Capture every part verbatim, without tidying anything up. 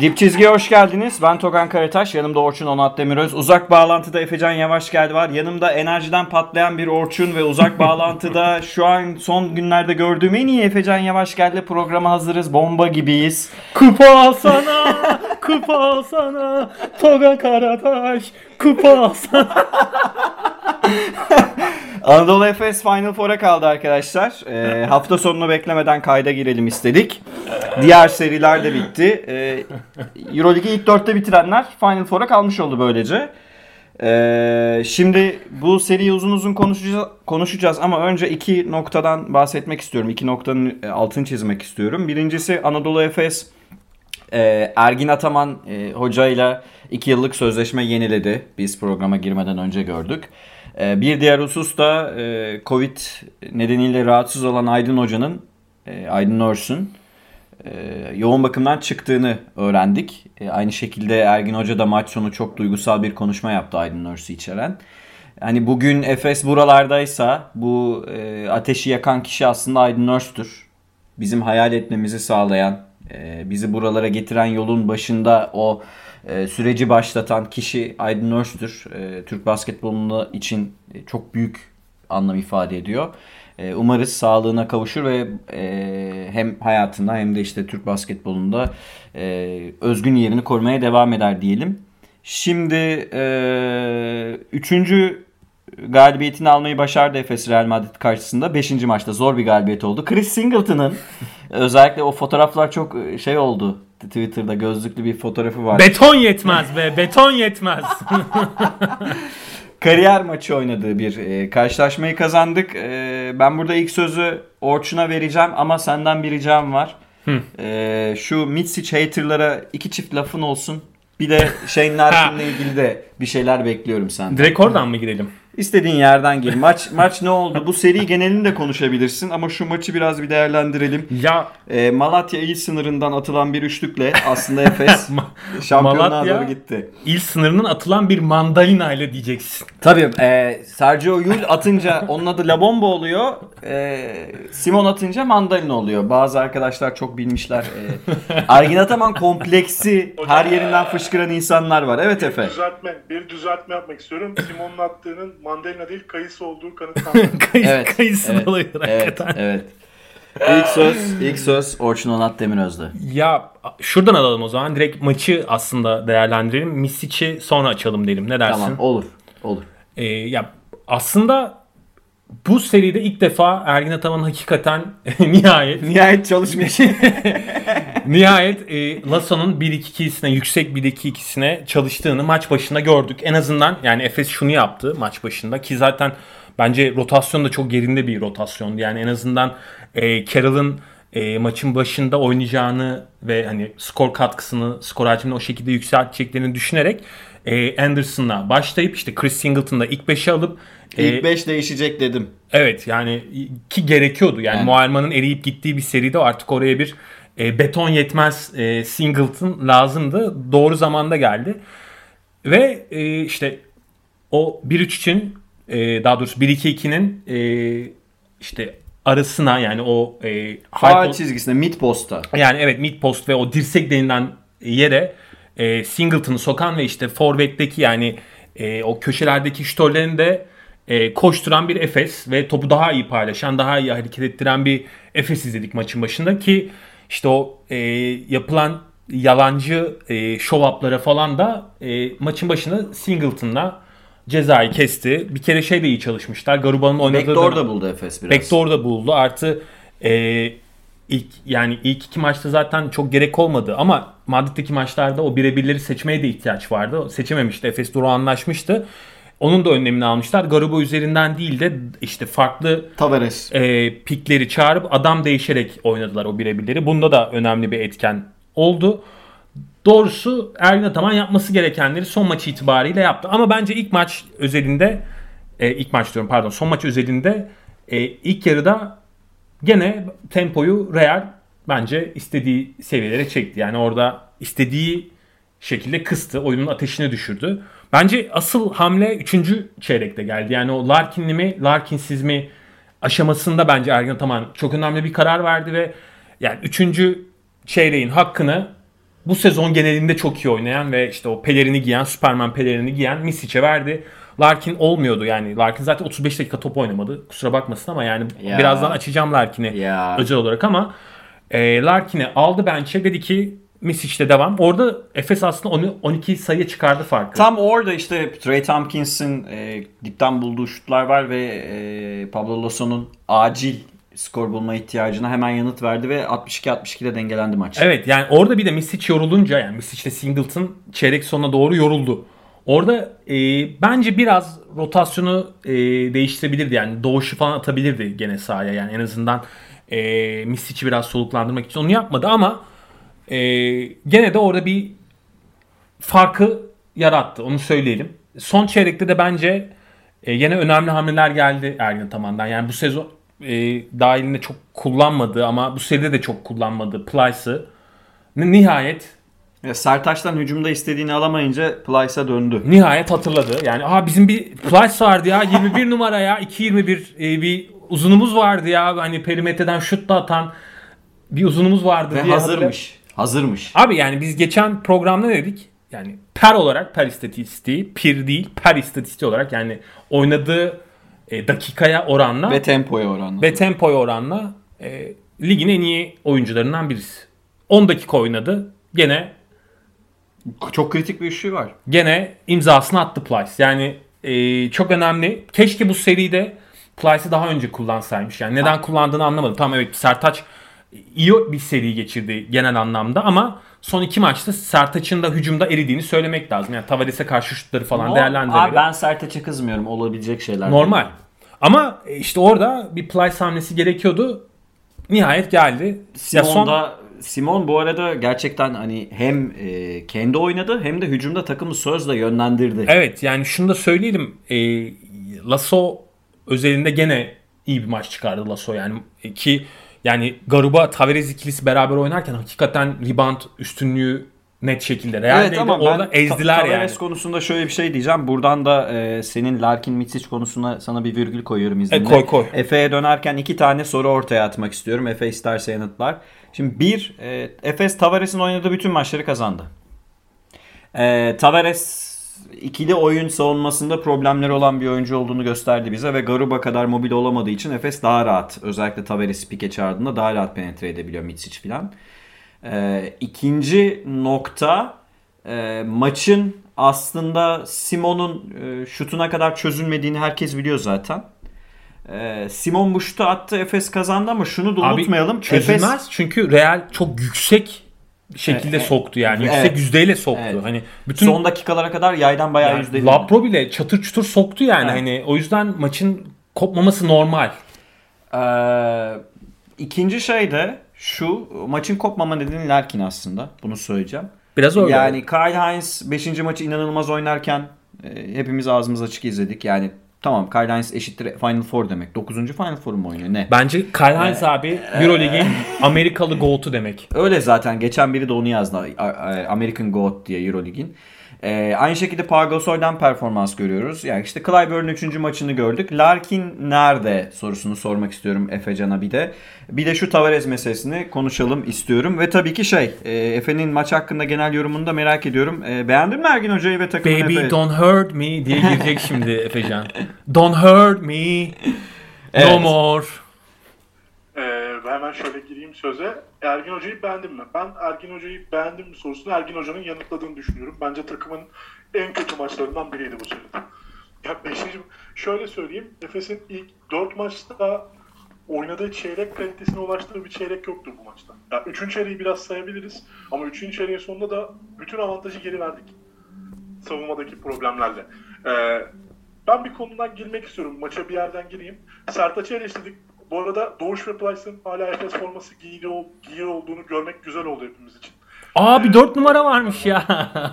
Dip Çizgi'ye hoş geldiniz. Ben Togan Karataş, yanımda Orçun Onat Demiröz. Uzak bağlantıda Efecan Yavaşgel var. Yanımda enerjiden patlayan bir Orçun ve uzak bağlantıda şu an son günlerde gördüğüm en iyi Efecan Yavaşgel'le programa hazırız. Bomba gibiyiz. Kupa sana, kupa sana, Togan Karataş, kupa sana. Anadolu Efes Final Four'a kaldı arkadaşlar. Ee, hafta sonunu beklemeden kayda girelim istedik. Diğer seriler de bitti. Ee, Euroligi ilk dörtte bitirenler Final Four'a kalmış oldu böylece. Ee, şimdi bu seriyi uzun uzun konuşacağız, konuşacağız ama önce iki noktadan bahsetmek istiyorum. İki noktanın altını çizmek istiyorum. Birincisi Anadolu Efes e, Ergin Ataman e, hocayla iki yıllık sözleşme yeniledi. Biz programa girmeden önce gördük. Bir diğer husus da Covid nedeniyle rahatsız olan Aydın Hoca'nın, Aydın Nurse'un yoğun bakımdan çıktığını öğrendik. Aynı şekilde Ergin Hoca da maç sonu çok duygusal bir konuşma yaptı Aydın Nurse'u içeren. Hani bugün Efes buralardaysa bu ateşi yakan kişi aslında Aydın Nurse'tur. Bizim hayal etmemizi sağlayan, bizi buralara getiren yolun başında o Ee, süreci başlatan kişi Aydın Nurse'dur. Ee, Türk basketbolunda için çok büyük anlam ifade ediyor. Ee, umarız sağlığına kavuşur ve e, hem hayatında hem de işte Türk basketbolunda e, özgün yerini korumaya devam eder diyelim. Şimdi e, üçüncü galibiyetini almayı başardı Efes Real Madrid karşısında. Beşinci maçta zor bir galibiyet oldu. Chris Singleton'ın özellikle o fotoğraflar çok şey oldu. Twitter'da gözlüklü bir fotoğrafı var. Beton yetmez be, beton yetmez. Kariyer maçı oynadığı bir e, karşılaşmayı kazandık. E, ben burada ilk sözü Orçun'a vereceğim ama senden bir ricam var. E, şu Mitsic haterlara iki çift lafın olsun. Bir de Shane Larkin'le ilgili de bir şeyler bekliyorum senden. Direkt oradan mı girelim? İstediğin yerden gir. Maç maç ne oldu? Bu seri genelini de konuşabilirsin ama şu maçı biraz bir değerlendirelim. Ya e, Malatya il sınırından atılan bir üçlükle aslında Efes şampiyonluğa Malatya, doğru gitti. İl sınırının atılan bir mandalina ile diyeceksin. Tabii e, Sergio Yul atınca onun adı La Bomba oluyor. E, Simon atınca mandalina oluyor. Bazı arkadaşlar çok bilmişler. E, Ergin Ataman kompleksi her yerinden fışkıran insanlar var. Evet Efe. Bir düzeltme, bir düzeltme yapmak istiyorum. Simon'un attığının mandalina değil kayısı olduğu kanıtlandı. Kayısı, evet, kayısı evet, oluyor evet, hakikaten. evet. İlk söz, ilk söz Orçun Onat Demiröz'de. Ya şuradan alalım o zaman. Direkt maçı aslında değerlendirelim. Misic'i sonra açalım diyelim. Ne dersin? Tamam, olur. Olur. Ee, ya aslında bu seride ilk defa Ergin Ataman hakikaten nihayet Nihayet çalışmış. nihayet e, Lasso'nun bir iki ikisine, yüksek bir iki ikisine çalıştığını maç başında gördük. En azından yani Efes şunu yaptı maç başında ki zaten bence rotasyon da çok yerinde bir rotasyondu. Yani en azından e, Carroll'ın e, maçın başında oynayacağını ve hani skor katkısını, skor hacmini o şekilde yükselteceklerini düşünerek e, Anderson'la başlayıp işte Chris Singleton'da ilk beşe alıp İlk beş değişecek dedim. Evet yani ki gerekiyordu. Yani, yani. Mualman'ın eriyip gittiği bir seride artık oraya bir e, beton yetmez e, Singleton lazımdı. Doğru zamanda geldi. Ve e, işte o bir üç için e, daha doğrusu bir iki ikinin e, işte arasına yani o e, faul çizgisine mid posta. Yani evet mid post ve o dirsek denilen yere e, Singleton'ı sokan ve işte forvetteki yani e, o köşelerdeki şütörlerini de e, koşturan bir Efes ve topu daha iyi paylaşan, daha iyi hareket ettiren bir Efes izledik maçın başında ki işte o e, yapılan yalancı e, show-up'lara falan da e, maçın başında Singleton'la cezayı kesti. Bir kere şey de iyi çalışmışlar. Garuba'nın oynadığı Backdoor da buldu Efes biraz. Backdoor da buldu. Artı e, ilk yani ilk iki maçta zaten çok gerek olmadı ama Madrid'deki maçlarda o birebirleri seçmeye de ihtiyaç vardı. Seçememişti. Efes Duru anlaşmıştı. Onun da önlemini almışlar. Garuba üzerinden değil de işte farklı Tavares e, pikleri çağırıp adam değişerek oynadılar o birebirleri. Bunda da önemli bir etken oldu. Doğrusu Ergin Ataman yapması gerekenleri son maç itibariyle yaptı. Ama bence ilk maç özelinde e, ilk maç diyorum pardon son maç özelinde e, ilk yarıda gene tempoyu Real bence istediği seviyelere çekti. Yani orada istediği şekilde kıstı. Oyunun ateşine düşürdü. Bence asıl hamle üçüncü çeyrekte geldi. Yani o Larkin'li mi, Larkin'siz mi aşamasında bence Ergin Ataman çok önemli bir karar verdi ve yani üçüncü çeyreğin hakkını bu sezon genelinde çok iyi oynayan ve işte o pelerini giyen, Superman pelerini giyen Misic'e verdi. Larkin olmuyordu yani. Larkin zaten otuz beş dakika top oynamadı. Kusura bakmasın ama yani Ya. birazdan açacağım Larkin'i Ya. özel olarak ama e, Larkin'i aldı bench'e, dedi ki Misic'te devam. Orada Efes aslında on iki sayıya çıkardı farkı. Tam orada işte Trey Tompkins'in e, dipten bulduğu şutlar var ve e, Pablo Lasso'nun acil skor bulma ihtiyacına hemen yanıt verdi ve altmış iki altmış iki ile dengelendi maç. Evet yani orada bir de Misic yorulunca, yani Misic'le Singleton çeyrek sonuna doğru yoruldu. Orada e, bence biraz rotasyonu e, değiştirebilirdi, yani Doğuş'u falan atabilirdi gene sahaya, yani en azından e, Misic'i biraz soluklandırmak için onu yapmadı ama e, gene de orada bir farkı yarattı, onu söyleyelim. Son çeyrekte de bence e, yine önemli hamleler geldi Ergin Ataman'dan. Yani bu sezon e, dahilinde çok kullanmadı ama bu seride de çok kullanmadı Plyce'ı. Nihayet Ya Sertaç'tan hücumda istediğini alamayınca Plyce'a döndü. Nihayet hatırladı. Yani aa bizim bir Plyce vardı ya, yirmi bir numara ya, iki yirmi bir e, bir uzunumuz vardı ya. Hani perimetreden şut da atan bir uzunumuz vardı Ve diye hazırmış. Hazırmış. Abi yani biz geçen programda ne dedik? Yani per olarak, per istatistiği, pir değil, per istatistiği olarak, yani oynadığı e, dakikaya oranla Ve tempoya oranla. ve tempoya oranla e, ligin en iyi oyuncularından birisi. on dakika oynadı. Gene Çok kritik bir üşüğü var. gene imzasını attı Plyce. Yani e, çok önemli. Keşke bu seride Plyce'ı daha önce kullansaymış. Yani neden kullandığını anlamadım. Tamam, evet, Sertaç iyi bir seri geçirdi genel anlamda ama son iki maçta Sertaç'ın da hücumda eridiğini söylemek lazım. Yani Tavares'e karşı şutları falan Ama değerlendirebilir. abi ben Sertaç'a kızmıyorum. Olabilecek şeyler. Normal. Ama işte orada bir Plyce hamlesi gerekiyordu. Nihayet geldi. Ya son Simon'da Simon bu arada gerçekten hani hem e, kendi oynadı hem de hücumda takımı sözle yönlendirdi. Evet, yani şunu da söyleyelim. E, Lasso özelinde gene iyi bir maç çıkardı Lasso, yani E, ki yani Garuba Tavares ikilisi beraber oynarken hakikaten rebound üstünlüğü net şekilde Real'deydi. ama Orada ben ezdiler Ta- yani. Tavares konusunda şöyle bir şey diyeceğim. Buradan da e, senin Larkin Mitsic konusuna sana bir virgül koyuyorum izninle. E, koy, koy. Efe'ye dönerken iki tane soru ortaya atmak istiyorum. Efe isterse yanıtlar. Şimdi bir, e, Efes Tavares'in oynadığı bütün maçları kazandı. E, Tavares ikili oyun savunmasında problemleri olan bir oyuncu olduğunu gösterdi bize ve Garuba kadar mobil olamadığı için Efes daha rahat, özellikle Tavares'i pike çağırdığında daha rahat penetre edebiliyor Mitsic falan. Ee, ikinci nokta, e, maçın aslında Simon'un e, şutuna kadar çözülmediğini herkes biliyor zaten. E, Simon bu şutu attı, Efes kazandı ama şunu da Abi unutmayalım. çözülmez Efes, çünkü Real çok yüksek şekilde E, e, soktu yani. evet. Yüksek yüzdeyle soktu. Evet. Hani bütün son dakikalara kadar yaydan bayağı yani yüzdeli. Lapro bile çatır çutur soktu yani. Evet. Hani o yüzden maçın kopmaması normal. Ee, ikinci şey de şu, maçın kopmama nedeni Larkin aslında. Bunu söyleyeceğim. Biraz öyle. Yani Kyle Hines beşinci maçı inanılmaz oynarken e, hepimiz ağzımız açık izledik. Yani tamam, Kyle Hines eşittir Final Four demek. dokuzuncu Final Four mu oynuyor ne? Bence Kyle Hines abi Euroleague'in Amerikalı GOAT'u demek. Öyle zaten. Geçen biri de onu yazdı. A- a- American GOAT diye Euroleague'in. Ee, aynı şekilde Pau Gasol'dan performans görüyoruz. Yani işte Clyburn'un üçüncü maçını gördük. Larkin nerede sorusunu sormak istiyorum Efecan'a bir de. Bir de şu Tavares meselesini konuşalım istiyorum. Ve tabii ki şey, e, Efe'nin maç hakkında genel yorumunu da merak ediyorum. E, beğendin mi Ergin Hoca'yı ve takımını Baby Efe? don't hurt me diye girecek şimdi Efecan. Don't hurt me. No Evet. more. Ee, hemen şöyle gireyim söze. Ergin Hoca'yı beğendim mi? Ben Ergin Hoca'yı beğendim mi sorusunu Ergin Hoca'nın yanıtladığını düşünüyorum. Bence takımın en kötü maçlarından biriydi bu seride. Ya beşinci şöyle söyleyeyim. Efes'in ilk dört maçta oynadığı çeyrek kalitesine ulaştığı bir çeyrek yoktu bu maçta. Ya üçüncü çeyreği biraz sayabiliriz ama üçüncü çeyreğin sonunda da bütün avantajı geri verdik. Savunmadaki problemlerle. Ee, ben bir konudan girmek istiyorum. Maça bir yerden gireyim. Sertaç'ı eleştirdik. Bu arada Doğuş ve Plyce'ın hala Efes forması giyiyor, giyiyor olduğunu görmek güzel oldu hepimiz için. Aa bir dört numara varmış ya.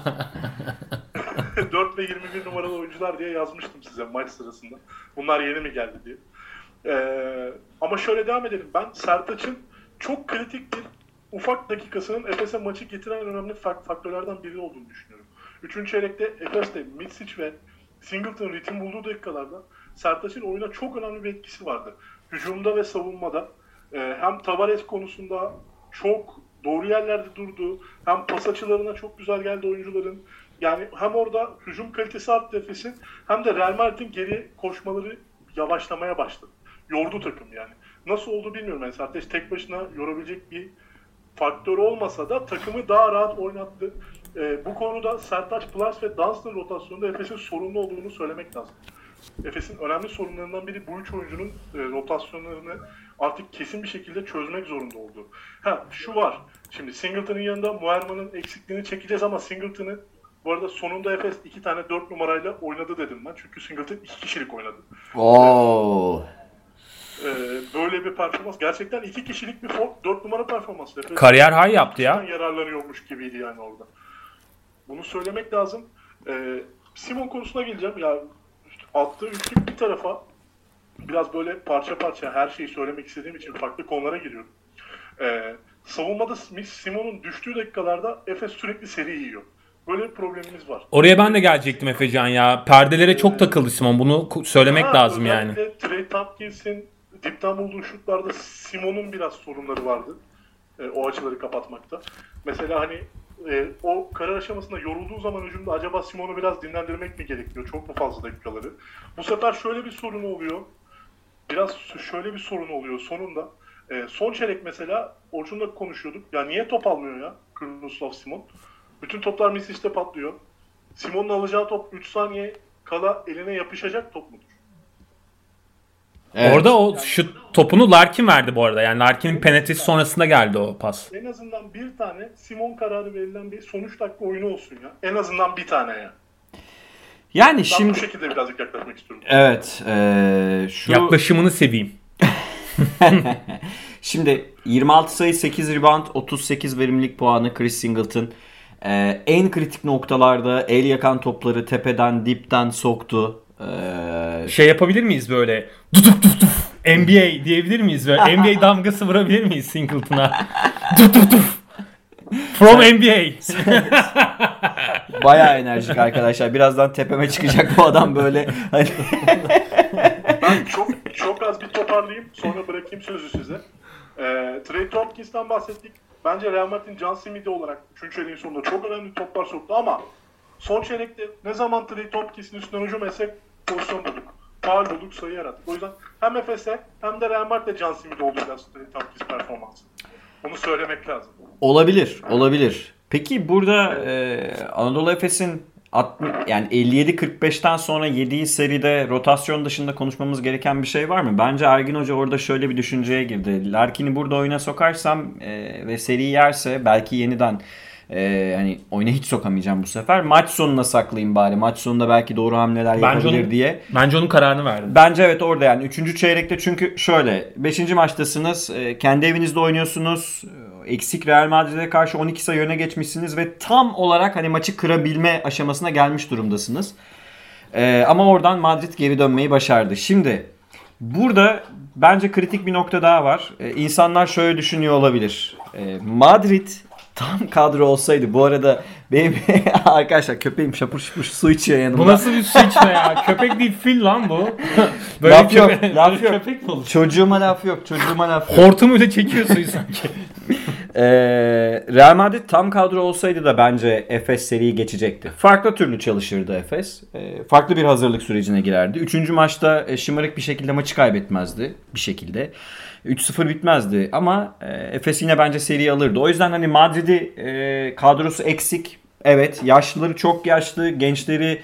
dört ve yirmi bir numaralı oyuncular diye yazmıştım size maç sırasında. Bunlar yeni mi geldi diye. Ee, ama şöyle devam edelim. Ben Sertaç'ın çok kritik bir ufak dakikasının Efes'e maçı getiren önemli faktörlerden biri olduğunu düşünüyorum. Üçüncü çeyrekte Efes'te Mitsic ve Singleton ritim bulduğu dakikalarda Sertaç'ın oyuna çok önemli bir etkisi vardı. Hücumda ve savunmada e, hem Tavares konusunda çok doğru yerlerde durdu. Hem pas açılarına çok güzel geldi oyuncuların. Yani hem orada hücum kalitesi arttı Efes'in hem de Real Madrid'in geri koşmaları yavaşlamaya başladı. Yordu takım yani. Nasıl oldu bilmiyorum. Yani Sertaç tek başına yorabilecek bir faktör olmasa da takımı daha rahat oynattı. Ee, bu konuda Sertaç Plus ve Dunstan rotasyonunda Efes'in sorunlu olduğunu söylemek lazım. Efes'in önemli sorunlarından biri bu üç oyuncunun e, rotasyonlarını artık kesin bir şekilde çözmek zorunda oldu. Ha şu var. Şimdi Singleton'ın yanında Muerman'ın eksikliğini çekeceğiz ama Singleton'ı bu arada sonunda Efes iki tane dört numarayla oynadı dedim ben. Çünkü Singleton iki kişilik oynadı. Oo. Ee, böyle bir performans. Gerçekten iki kişilik bir dört numara performansı. Efes Kariyer high yaptı ya. Yararlanıyormuş gibiydi yani orada. Bunu söylemek lazım. Ee, Simon konusuna geleceğim. Ya attığı üçlük bir tarafa biraz böyle parça parça her şeyi söylemek istediğim için farklı konulara giriyorum. Ee, savunmada Simon'un düştüğü dakikalarda Efes sürekli seri yiyor. Böyle bir problemimiz var. Oraya ben de gelecektim Efecan ya. Perdelere çok takıldı Simon. Bunu söylemek Ha, lazım yani. Özellikle Trey Tompkins'in dipten bulduğu şutlarda Simon'un biraz sorunları vardı. E, o açıları kapatmakta. Mesela hani e, o karar aşamasında yorulduğu zaman hücumda acaba Simon'u biraz dinlendirmek mi gerekiyor? Çok mu fazla dakikaları? Bu sefer şöyle bir sorun oluyor. Biraz şöyle bir sorun oluyor sonunda. E, son çeyrek mesela Orçun'la konuşuyorduk. Ya niye top almıyor ya Krunoslav Simon? Bütün toplar Misic'te patlıyor. Simon'un alacağı top üç saniye kala eline yapışacak top mudur? Evet. Orada o şut topunu Larkin verdi bu arada. Yani Larkin'in penetresi sonrasında geldi o pas. En azından bir tane Simon kararı verilen bir son üç dakika oyunu olsun ya. En azından bir tane ya. Yani Ben şimdi bu şekilde birazcık yaklaşmak istiyorum. evet, eee, şu Yaklaşımını seveyim. şimdi yirmi altı sayı, sekiz rebound, otuz sekiz verimlilik puanı Chris Singleton. Eee, en kritik noktalarda el yakan topları tepeden, dipten soktu. Eee, Şey yapabilir miyiz böyle? Tutup tutup N B A diyebilir miyiz böyle? N B A damgası vurabilir miyiz Singleton'a? Tutup tutup From N B A. Bayağı enerjik arkadaşlar. Birazdan tepeme çıkacak bu adam böyle. Hani Ben çok çok az bir toparlayayım. Sonra bırakayım sözü size. Ee, Trey Tompkins'ten bahsettik. Bence Real Madrid'in John Smith'i olarak üçüncü çeyreğin sonunda çok önemli toplar soktu ama son çeyrekte ne zaman Trey Tompkins'in üstünden hücum etsek pozisyon bulduk. Faul bulduk, sayı yarattık. O yüzden hem Efes'e hem de Real Madrid'de John Smith oldu biraz Trey Tompkins performansı. Bunu söylemek lazım. olabilir, olabilir. Peki burada e, Anadolu Efes'in altmış yani elli yedi kırk beşten sonra yediği seride rotasyon dışında konuşmamız gereken bir şey var mı? Bence Ergin Hoca orada şöyle bir düşünceye girdi. Larkin'i burada oyuna sokarsam e, ve seri yerse belki yeniden e, hani oyuna hiç sokamayacağım bu sefer. Maç sonuna saklayayım bari. Maç sonunda belki doğru hamleler Bence yapabilir onun, diye. bence onun kararını verdi. Bence evet orada yani üçüncü çeyrekte çünkü şöyle beşinci maçtasınız, e, kendi evinizde oynuyorsunuz, e, eksik Real Madrid'e karşı on iki sayı öne geçmişsiniz ve tam olarak hani maçı kırabilme aşamasına gelmiş durumdasınız. E, ama oradan Madrid geri dönmeyi başardı. Şimdi burada bence kritik bir nokta daha var. E, insanlar şöyle düşünüyor olabilir. E, Madrid tam kadro olsaydı bu arada benim arkadaşlar köpeğim şapur şapur su içiyor yanımda. Bu nasıl bir su içme ya? Köpek değil fil lan bu. Böyle Laf yok, köpe- laf böyle yok. köpek mi olur? Çocuğuma laf yok, çocuğuma laf yok. Hortumuyla çekiyor suyu sanki. Ee, Real Madrid tam kadro olsaydı da bence Efes seriyi geçecekti. Farklı türlü çalışırdı Efes. Ee, farklı bir hazırlık sürecine girerdi. Üçüncü maçta e, şımarık bir şekilde maçı kaybetmezdi bir şekilde. üç sıfır bitmezdi ama e, Efes yine bence seriyi alırdı. O yüzden hani Madrid'i e, kadrosu eksik. Evet, yaşlıları çok yaşlı, gençleri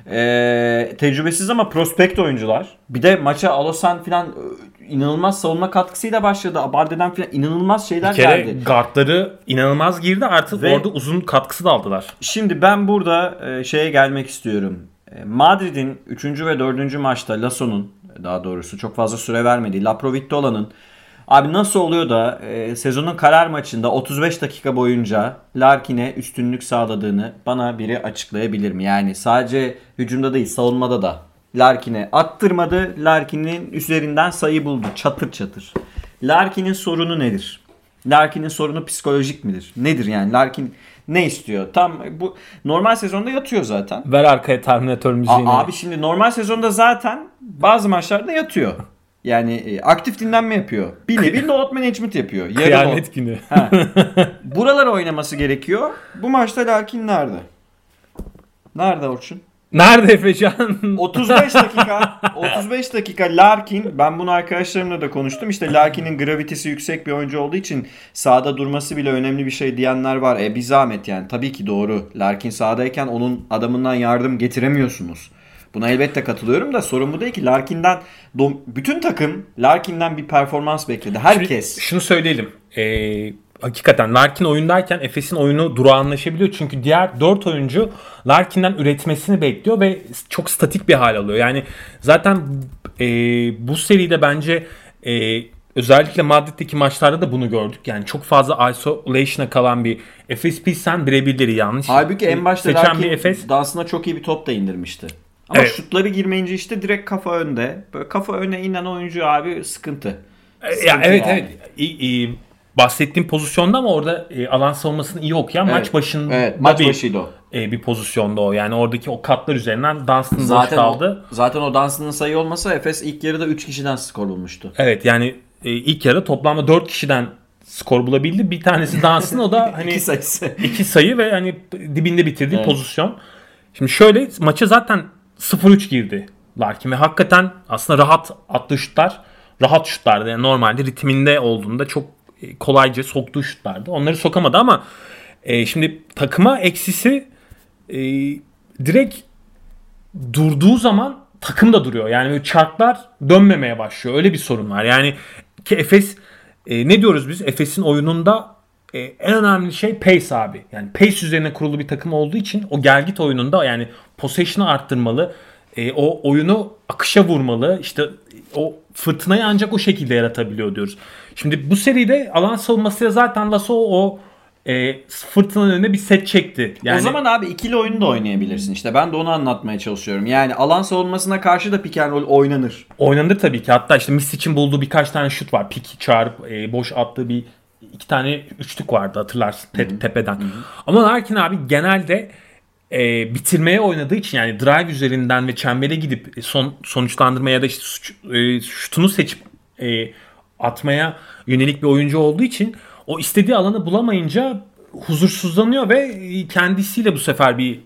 e, tecrübesiz ama prospekt oyuncular. Bir de maça Alosan falan e, inanılmaz savunma katkısıyla başladı. Abarde'den falan inanılmaz şeyler Bir kere geldi. guardları inanılmaz girdi. Artık Ve- orada uzun katkısı da aldılar. Şimdi ben burada e, şeye gelmek istiyorum. E, Madrid'in üçüncü ve dördüncü maçta Lasso'nun daha doğrusu çok fazla süre vermediği Laprovitola'nın abi nasıl oluyor da e, sezonun karar maçında otuz beş dakika boyunca Larkin'e üstünlük sağladığını bana biri açıklayabilir mi? Yani sadece hücumda değil savunmada da Larkin'e attırmadı. Larkin'in üzerinden sayı buldu çatır çatır. Larkin'in sorunu nedir? Larkin'in sorunu psikolojik midir? Nedir yani? Larkin ne istiyor? Tam bu normal sezonda yatıyor zaten. Ver arkaya Terminator müziğini. A- abi şimdi normal sezonda zaten bazı maçlarda yatıyor. Yani e, aktif dinlenme yapıyor. Bir nevi load management yapıyor. Yarı Kıyamet load. günü. Ha. Buralar oynaması gerekiyor. Bu maçta Larkin nerede? Nerede Orçun? Nerede Efecan? otuz beş dakika otuz beş dakika Larkin, ben bunu arkadaşlarımla da konuştum. İşte Larkin'in gravitesi yüksek bir oyuncu olduğu için sahada durması bile önemli bir şey diyenler var. E bir zahmet yani. Tabii ki doğru. Larkin sahadayken onun adamından yardım getiremiyorsunuz. Buna elbette katılıyorum da sorun bu değil ki. Larkin'den bütün takım Larkin'den bir performans bekledi. Herkes. Şimdi şunu söyleyelim. Ee, hakikaten Larkin oyundayken Efes'in oyunu durağanlaşabiliyor. Çünkü diğer dört oyuncu Larkin'den üretmesini bekliyor ve çok statik bir hal alıyor. Yani zaten e, bu seride bence e, özellikle Madrid'deki maçlarda da bunu gördük. Yani çok fazla isolation'a kalan bir Efes Pilsen birebirleri yanlış. Halbuki en başta seçen Larkin bir Efes dansına çok iyi bir top da indirmişti. Ama evet. şutları girmeyince işte direkt kafa önde. Böyle kafa öne inen oyuncu abi sıkıntı. sıkıntı ya evet yani. evet. İyi, iyi. Bahsettiğim pozisyonda ama orada e, alan savunmasını iyi okuyan evet. maç başında evet, maç bir, başıydı o. E, bir pozisyonda o. Yani oradaki o katlar üzerinden Dunstan'ın boş Zaten kaldı. O, zaten o Dunstan'ın sayı olmasa Efes ilk yarıda üç kişiden skor bulmuştu. Evet yani e, ilk yarı toplamda dört kişiden skor bulabildi. Bir tanesi Dunstan, o da hani iki sayısı. iki sayı ve hani dibinde bitirdiği evet. pozisyon. Şimdi şöyle maça zaten sıfır üç girdi Larkin ve hakikaten aslında rahat attığı şutlar, rahat şutlardı. Yani normalde ritminde olduğunda çok kolayca soktuğu şutlardı. Onları sokamadı ama e, şimdi takıma eksisi e, direkt durduğu zaman takım da duruyor. Yani böyle çarklar dönmemeye başlıyor. Öyle bir sorun var. Yani ki Efes e, ne diyoruz biz? Efes'in oyununda e, en önemli şey pace abi. Yani pace üzerine kurulu bir takım olduğu için o gelgit oyununda yani possession'ı arttırmalı. E, o oyunu akışa vurmalı. İşte o fırtınayı ancak o şekilde yaratabiliyor diyoruz. Şimdi bu seride alan savunmasıyla zaten Lasso o e, fırtınanın önüne bir set çekti. Yani, o zaman abi ikili oyunu da oynayabilirsin. İşte ben de onu anlatmaya çalışıyorum. Yani alan savunmasına karşı da pick and roll oynanır. Oynanır tabii ki. Hatta işte Misic'in bulduğu birkaç tane şut var. Pick çağırıp e, boş attığı bir iki tane üçlük vardı hatırlarsın te- tepeden. Hı-hı. Ama Larkin abi genelde e, bitirmeye oynadığı için yani drive üzerinden ve çembere gidip son sonuçlandırmaya da işte e, şutunu seçip e, atmaya yönelik bir oyuncu olduğu için o istediği alanı bulamayınca huzursuzlanıyor ve kendisiyle bu sefer bir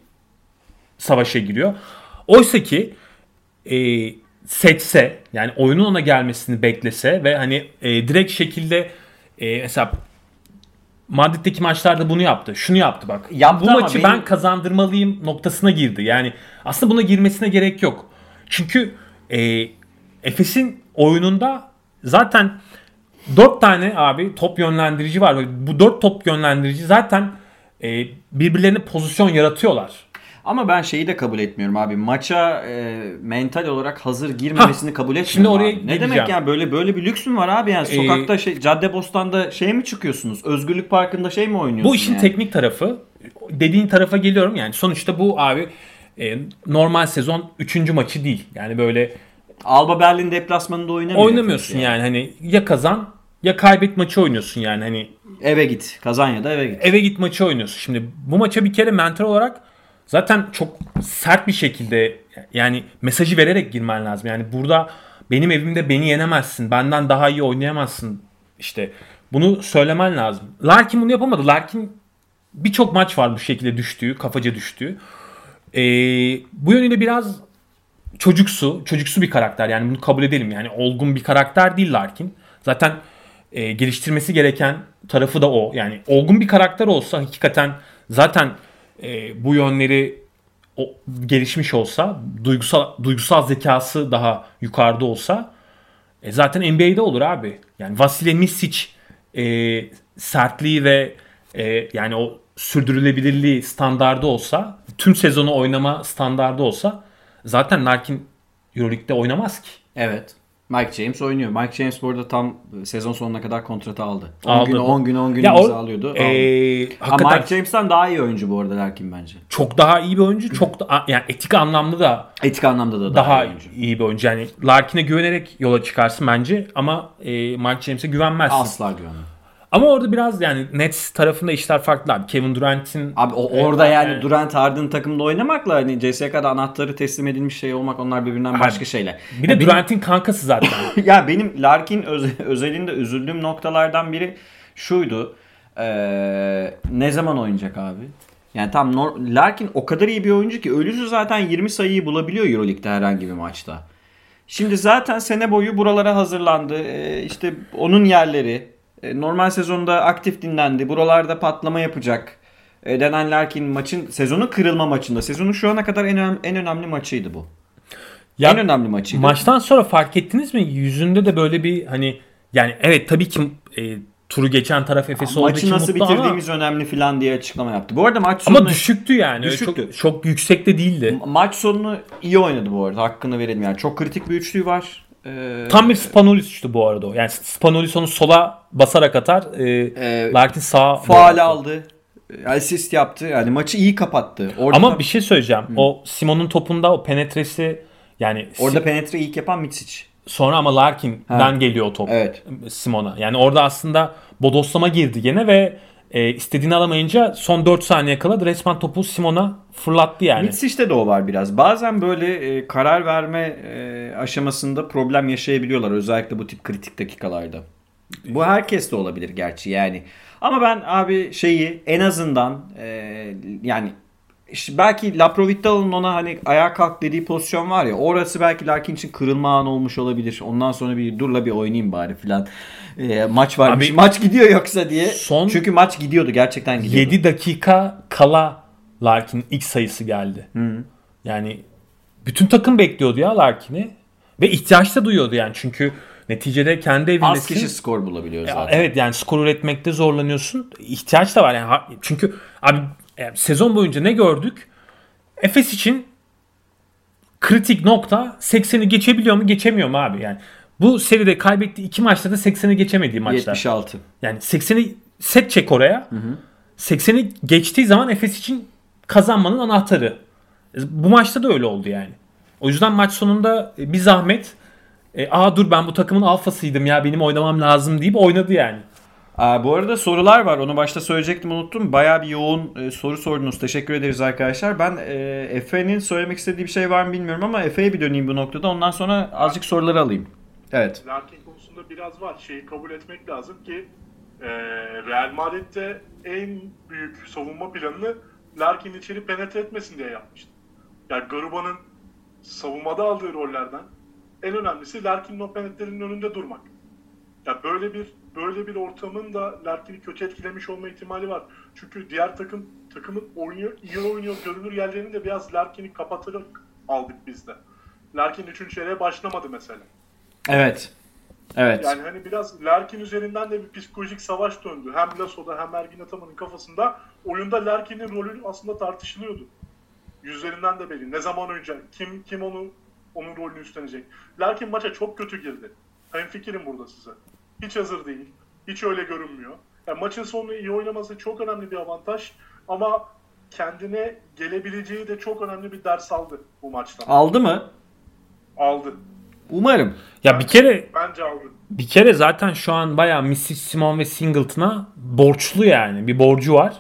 savaşa giriyor. Oysa ki e, seçse yani oyunun ona gelmesini beklese ve hani e, direkt şekilde e, mesela Madrid'deki maçlarda bunu yaptı. Şunu yaptı bak. Yaptı bu maçı benim... ben kazandırmalıyım noktasına girdi. Yani aslında buna girmesine gerek yok. Çünkü e, Efes'in oyununda zaten dört tane abi top yönlendirici var. Bu dört top yönlendirici zaten e, birbirlerine pozisyon yaratıyorlar. Ama ben şeyi de kabul etmiyorum abi. Maça e, mental olarak hazır girmemesini ha, kabul etmiyorum. Şimdi oraya abi. Ne demek yani böyle böyle bir lüks mü var abi yani sokakta ee, şey Caddebostan'da şey mi çıkıyorsunuz? Özgürlük Parkı'nda şey mi oynuyorsunuz? Bu işin yani? teknik tarafı. Dediğin tarafa geliyorum yani sonuçta bu abi e, normal sezon üçüncü maçı değil. Yani böyle Alba Berlin deplasmanında oynamıyor. Oynamıyorsun yani. yani hani ya kazan ya kaybet maçı oynuyorsun yani hani. Eve git. Kazan ya da eve git. Eve git maçı oynuyorsun. Şimdi bu maça bir kere mental olarak zaten çok sert bir şekilde yani mesajı vererek girmen lazım. Yani burada benim evimde beni yenemezsin. Benden daha iyi oynayamazsın. İşte bunu söylemen lazım. Larkin bunu yapamadı. Larkin birçok maç var bu şekilde düştüğü, kafaca düştüğü. Ee, bu yönüyle biraz çocuksu, çocuksu bir karakter. Yani bunu kabul edelim. Yani olgun bir karakter değil Larkin. Zaten e, geliştirmesi gereken tarafı da o. Yani olgun bir karakter olsa hakikaten zaten e, bu yönleri o, gelişmiş olsa, duygusal duygusal zekası daha yukarıda olsa e, zaten N B A'de olur abi. Yani Vasilij Micić e, sertliği ve e, yani o sürdürülebilirliği standardı olsa, tüm sezonu oynama standardı olsa zaten Larkin Euroleague'de oynamaz ki. Evet. Mike James oynuyor. Mike James bu arada tam sezon sonuna kadar kontratı aldı. on Aldı. gün on gün on gün ya imzalıyordu. E, Ama Mike James'ten daha iyi oyuncu bu arada Larkin bence. Çok daha iyi bir oyuncu. Çok da yani etik anlamda da etik anlamda da daha, daha iyi, oyuncu. iyi bir oyuncu. Yani Larkin'e güvenerek yola çıkarsın bence ama e, Mike James'e güvenmezsin. Asla güvenmem. Ama orada biraz yani Nets tarafında işler farklı abi. Kevin Durant'in Abi o, orada yani Durant Harden takımda oynamakla hani C S K A'da anahtarı teslim edilmiş şey olmak onlar birbirinden başka şeyler. bir de Ya Durant'in kankası zaten. benim, ya benim Larkin öz- özelinde üzüldüğüm noktalardan biri şuydu. Ee, ne zaman oynayacak abi? Yani tam nor- Larkin o kadar iyi bir oyuncu ki ölüsü zaten yirmi sayıyı bulabiliyor EuroLeague'de herhangi bir maçta. Şimdi zaten sene boyu buralara hazırlandı. Ee, işte onun yerleri e, normal sezonda aktif dinlendi. Buralarda patlama yapacak. E, denen Larkin maçın sezonun kırılma maçında. Sezonun şu ana kadar en önemli, en önemli maçıydı bu. Ya, en önemli maçıydı. Maçtan sonra fark ettiniz mi? Yüzünde de böyle bir hani yani evet tabii ki e, turu geçen taraf Efes olduğu için Maçı nasıl mutlu bitirdiğimiz ama, önemli falan diye açıklama yaptı. Bu arada maç sonunu ama düşüktü yani. Öyle Düşüktü. Çok, çok yüksek de değildi. maç sonunu iyi oynadı bu arada. Hakkını verelim yani. Çok kritik bir üçlüğü var. Ee, Tam bir Spanolis üçlü bu arada o. Yani Spanolis onu sola basarak atar. E, e, Larkin sağa faal doğru. aldı. Asist yaptı. Yani maçı iyi kapattı. Orada Ama bir şey söyleyeceğim. O Simon'un topunda o penetresi yani orada Si- penetre ilk yapan Mitsic. sonra ama Larkin'den Ha. geliyor o top. Evet. Simon'a. Yani orada aslında bodoslama girdi gene ve e, istediğini alamayınca son dört saniye kala resmen topu Simon'a fırlattı yani. Mitsic'te de o var biraz. Bazen böyle e, karar verme e, aşamasında problem yaşayabiliyorlar. Özellikle bu tip kritik dakikalarda. Bu herkes de olabilir gerçi yani. Ama ben abi şeyi en azından e, yani işte belki Laprovittal'ın ona hani ayağa kalk dediği pozisyon var ya, orası belki Larkin için kırılma anı olmuş olabilir. Ondan sonra bir durla bir oynayayım bari filan. E, maç varmış. Abi, maç gidiyor yoksa diye. son Çünkü maç gidiyordu, gerçekten gidiyordu. yedi dakika kala Larkin'in ilk sayısı geldi. Hı. Yani bütün takım bekliyordu ya Larkin'i ve ihtiyaç da duyuyordu yani çünkü neticede kendi evindesin. Az kişi skor bulabiliyor Ya, zaten. evet yani skor üretmekte zorlanıyorsun. İhtiyaç da var yani Ha- çünkü abi e, sezon boyunca ne gördük? Efes için kritik nokta sekseni geçebiliyor mu geçemiyor mu abi yani. Bu seride kaybettiği iki maçta da sekseni geçemediği maçlar. yetmiş altı. Yani sekseni set çek oraya. sekseni geçtiği zaman Efes için kazanmanın anahtarı. E, Bu maçta da öyle oldu yani. O yüzden maç sonunda e, bir zahmet e, aa dur ben bu takımın alfasıydım ya benim oynamam lazım deyip oynadı yani. Aa, bu arada sorular var. Onu başta söyleyecektim, unuttum. Bayağı bir yoğun e, soru sordunuz. Teşekkür ederiz arkadaşlar. Ben e, Efe'nin söylemek istediği bir şey var mı bilmiyorum ama Efe'ye bir döneyim bu noktada. Ondan sonra azıcık soruları alayım. Evet. Larkin konusunda biraz var. Şeyi kabul etmek lazım ki e, Real Madrid'de en büyük savunma planını Larkin içeri penetre etmesin diye yapmıştı. Yani Garuba'nın savunmada aldığı rollerden en önemlisi Larkin'in o penetrenin önünde durmak. Ya böyle bir böyle bir ortamın da Larkin'i kötü etkilemiş olma ihtimali var. Çünkü diğer takım takımın oynuyor, iyi oynuyor görünür yerlerini de biraz Larkin'i kapatarak aldık biz de. Larkin üçüncü yere başlamadı mesela. Evet. Evet. Yani hani biraz Larkin üzerinden de bir psikolojik savaş döndü. Hem Lasso'da hem Ergin Ataman'ın kafasında oyunda Larkin'in rolü aslında tartışılıyordu. Yüzlerinden de belli. Ne zaman oynayacak? Kim kim onu onun rolünü üstlenecek? Larkin maça çok kötü girdi. Hemfikirim burada size. Hiç hazır değil. Hiç öyle görünmüyor. Yani maçın sonunda iyi oynaması çok önemli bir avantaj ama kendine gelebileceği de çok önemli bir ders aldı bu maçtan. Aldı mı? Aldı. Umarım. Ya bir kere Bence aldı. bir kere zaten şu an bayağı Misic, Simon ve Singleton'a borçlu yani. Bir borcu var.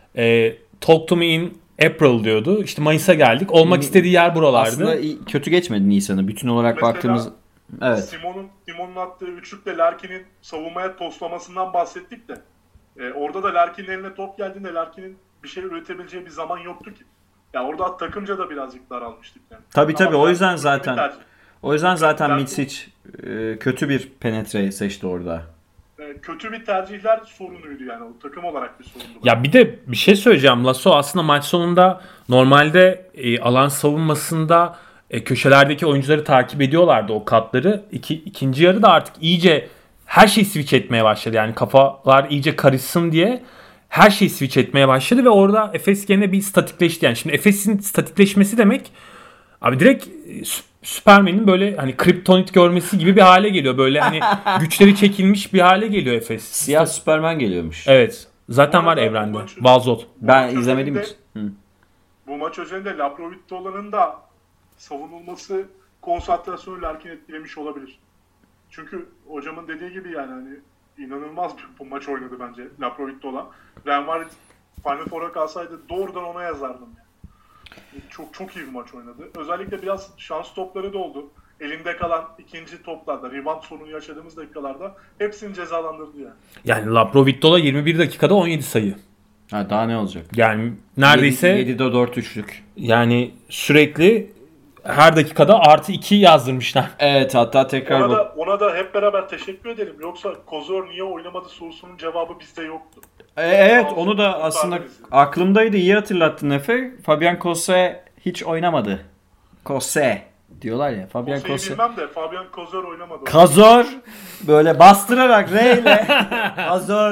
E, Talk to me in April diyordu. İşte Mayıs'a geldik. Olmak istediği yer buralardı. Aslında iyi- kötü geçmedi Nisan'ı. Bütün olarak Mesela- baktığımız... Evet. Simon'un Simon'un attığı üçlükle Larkin'in savunmaya toslamasından bahsettik de e, orada da Larkin'in eline top geldiğinde Larkin'in bir şey üretebileceği bir zaman yoktu ki. Ya orada takımca da birazcık daralmıştık yani. Tabii tabii, Ama o yüzden Larkin zaten bir tercih. o yüzden zaten Larkin- Mitsic e, kötü bir penetre seçti orada. E, kötü bir tercihler sorunuydu yani. O takım olarak bir sorundu. Ya bir de bir şey söyleyeceğim. Lasso aslında maç sonunda normalde e, alan savunmasında e, köşelerdeki oyuncuları takip ediyorlardı o katları. İki, ikinci yarı da artık iyice her şey switch etmeye başladı. Yani kafalar iyice karışsın diye her şey switch etmeye başladı ve orada Efes gene bir statikleşti. Yani şimdi Efes'in statikleşmesi demek abi direkt e, Sü- Superman'in böyle hani kriptonit görmesi gibi bir hale geliyor. Böyle hani güçleri çekilmiş bir hale geliyor Efes. Siyah Superman geliyormuş. Evet. Zaten Bu var arada evrende. bu maç- Balzot. Ben maç izlemedim özelinde- hiç. Hı. Bu maç özelinde Laprovitto'ların da savunulması konsantrasyonu Larkin etkilemiş olabilir. Çünkü hocamın dediği gibi yani hani inanılmaz bir bu maç oynadı bence Laprovittola. Real Madrid Final Four'a kalsaydı doğrudan ona yazardım. Yani. Çok çok iyi bir maç oynadı. Özellikle biraz şans topları da oldu. Elinde kalan ikinci toplarda, rebound sorunu yaşadığımız dakikalarda hepsini cezalandırdı yani. Yani Laprovittola yirmi bir dakikada on yedi sayı. Ha, daha ne olacak? Yani neredeyse yedide dört üçlük. yani sürekli her dakikada artı iki yazdırmışlar. Evet, hatta tekrar Ona bak. da, ona da hep beraber teşekkür edelim. Yoksa Kozor niye oynamadı sorusunun cevabı bizde yoktu. E, evet, Sağ olsun, onu da kurtardı aslında bizi. aklımdaydı. İyi hatırlattın Efe. Fabian Cosse hiç oynamadı. Cosse diyorlar ya. Fabian Kose'yi Cosse. bilmem de Fabian Kozor oynamadı. Kazor böyle bastırarak R ile Kazor.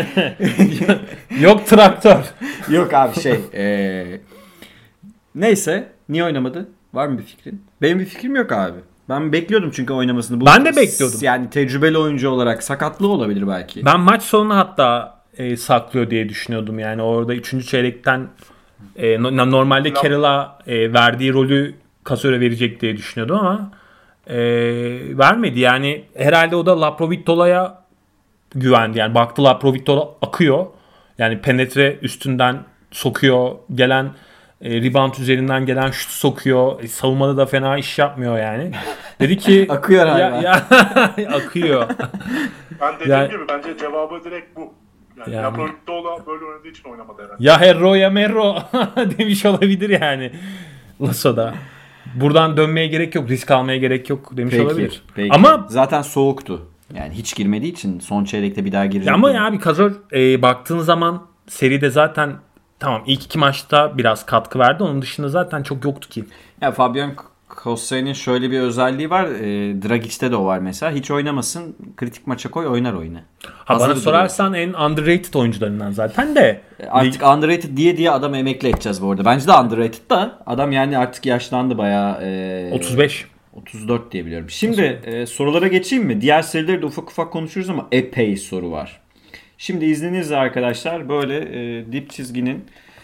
Yok traktör. Yok abi şey. eee, Neyse, niye oynamadı? Var mı bir fikrin? Benim bir fikrim yok abi. Ben bekliyordum çünkü oynamasını. Bu, Ben de bekliyordum. Yani tecrübeli oyuncu olarak sakatlığı olabilir belki. Ben maç sonunu hatta e, saklıyor diye düşünüyordum. Yani orada üçüncü çeyrekten e, no- normalde Lam- Carroll'a e, verdiği rolü Kasor'a verecek diye düşünüyordum ama e, vermedi. Yani herhalde o da Laprovitola'ya güvendi. Yani baktı Laprovitola akıyor. Yani penetre üstünden sokuyor. Gelen e, rebound üzerinden gelen şut sokuyor. E, savunmada da fena iş yapmıyor yani. Dedi ki Akıyor ya, hayvan. ya, akıyor. Ben dediğim Yani- gibi bence cevabı direkt bu. Yani, Yani- Laprovittola böyle oynadığı için oynamadı herhalde. Ya Herro ya Merro demiş olabilir yani. Lasso'da. Buradan dönmeye gerek yok, risk almaya gerek yok demiş Peki, olabilir. peki. Ama zaten soğuktu. Yani hiç girmediği için son çeyrekte bir daha girecek. ya ama değil. ya abi Kazor e, baktığın zaman seride zaten tamam ilk iki maçta biraz katkı verdi. Onun dışında zaten çok yoktu ki. Ya Fabian Cosse'nin şöyle bir özelliği var. E, Dragic'te de o var mesela. Hiç oynamasın. Kritik maça koy, oynar oyunu. Ha Hazır bana duruyor. sorarsan en underrated oyuncularından zaten de. Artık underrated diye diye adam emekli edeceğiz bu arada. Bence de underrated da adam yani artık yaşlandı bayağı. E, otuz beş. otuz dört diye biliyorum. Şimdi e, sorulara geçeyim mi? Diğer serileri de ufak ufak konuşuruz ama epey soru var. Şimdi izninizle arkadaşlar böyle e, dip çizginin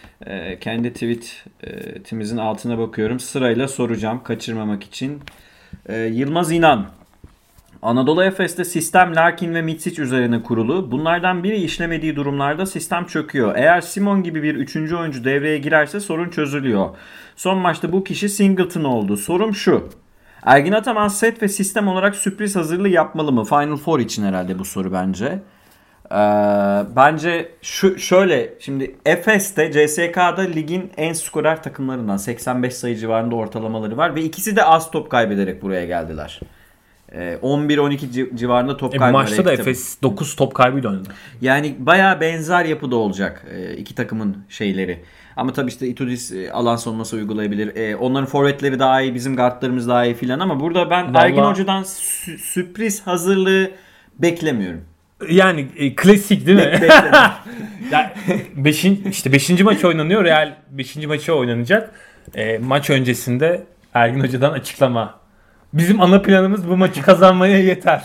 e, kendi tweetimizin altına bakıyorum. Sırayla soracağım kaçırmamak için. E, Yılmaz İnan. Anadolu Efes'te sistem Larkin ve Mitsic üzerine kurulu. Bunlardan biri işlemediği durumlarda sistem çöküyor. Eğer Simon gibi bir üçüncü oyuncu devreye girerse sorun çözülüyor. Son maçta bu kişi Singleton oldu. Sorum şu. Ergin Ataman set ve sistem olarak sürpriz hazırlığı yapmalı mı? Final Four için herhalde bu soru bence. Ee, bence şu şöyle şimdi Efes'te C S K'da ligin en skorer takımlarından seksen beş sayı civarında ortalamaları var ve ikisi de az top kaybederek buraya geldiler. Ee, on bir on iki ci- civarında top E, bu kaybı. maçta da Efes dokuz top kaybıyla oynadı. Yani bayağı benzer yapıda olacak e, iki takımın şeyleri. Ama tabii işte Itudis e, alan savunması uygulayabilir. E, onların forvetleri daha iyi, bizim guardlarımız daha iyi filan ama burada ben Vallahi- Ergin Hoca'dan sü- sürpriz hazırlığı beklemiyorum. Yani e, klasik değil mi? Be- beklemiyorum. Ya beşin, işte beşinci maç oynanıyor. Real beşinci maçı oynanacak. E, maç öncesinde Ergin Hoca'dan açıklama. Bizim ana planımız bu maçı kazanmaya yeter.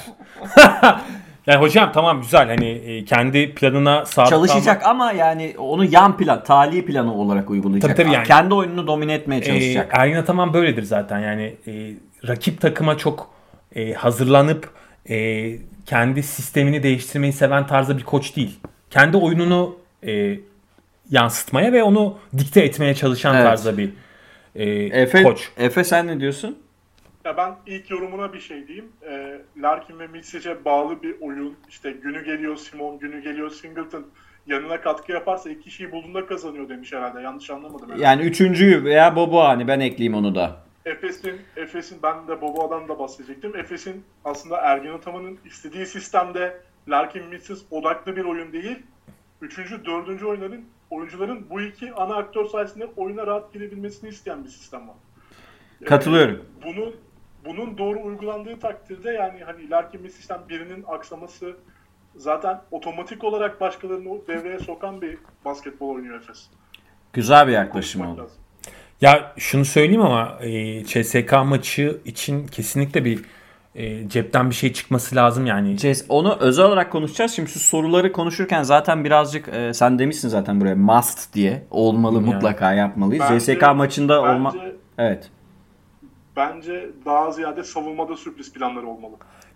Yani hocam tamam güzel hani e, kendi planına sadık Çalışacak ama yani onu yan plan, tali planı olarak uygulayacak. Tabii tabii yani. Kendi oyununu domine etmeye kalmak. E, çalışacak. Ergin Ataman böyledir zaten yani e, rakip takıma çok e, hazırlanıp e, kendi sistemini değiştirmeyi seven tarzda bir koç değil. Kendi oyununu e, yansıtmaya ve onu dikte etmeye çalışan Evet. tarzda bir e, Efe, koç. Efe sen ne diyorsun? Ya ben ilk yorumuna bir şey diyeyim. Ee, Larkin ve Mitsic'e bağlı bir oyun. İşte günü geliyor Simon, günü geliyor Singleton. Yanına katkı yaparsa iki kişiyi bulduğunda kazanıyor demiş herhalde. Yanlış anlamadım herhalde. Yani üçüncüyü veya Bobo hani ben ekleyeyim onu da. Efes'in, Efes'in ben de Bobo'dan da bahsedecektim. Efes'in aslında Ergin Ataman'ın istediği sistemde Larkin Mitsic odaklı bir oyun değil. Üçüncü, dördüncü oyunların oyuncuların bu iki ana aktör sayesinde oyuna rahat girebilmesini isteyen bir sistem var. Katılıyorum. Ee, bunun bunun doğru uygulandığı takdirde yani hani Larkin Mitsic'ten birinin aksaması zaten otomatik olarak başkalarını o devreye sokan bir basketbol oynuyor Efes. Güzel bir yaklaşım Konuşmak oldu. lazım. Ya şunu söyleyeyim ama e, C S K maçı için kesinlikle bir e, cepten bir şey çıkması lazım yani. Ces- Onu özel olarak konuşacağız. Şimdi şu soruları konuşurken zaten birazcık e, sen demişsin zaten buraya must diye. Olmalı, Yani. mutlaka yapmalıyız. Bence- C S K maçında olma... Bence, Evet. bence daha ziyade savunmada sürpriz planları olmalı.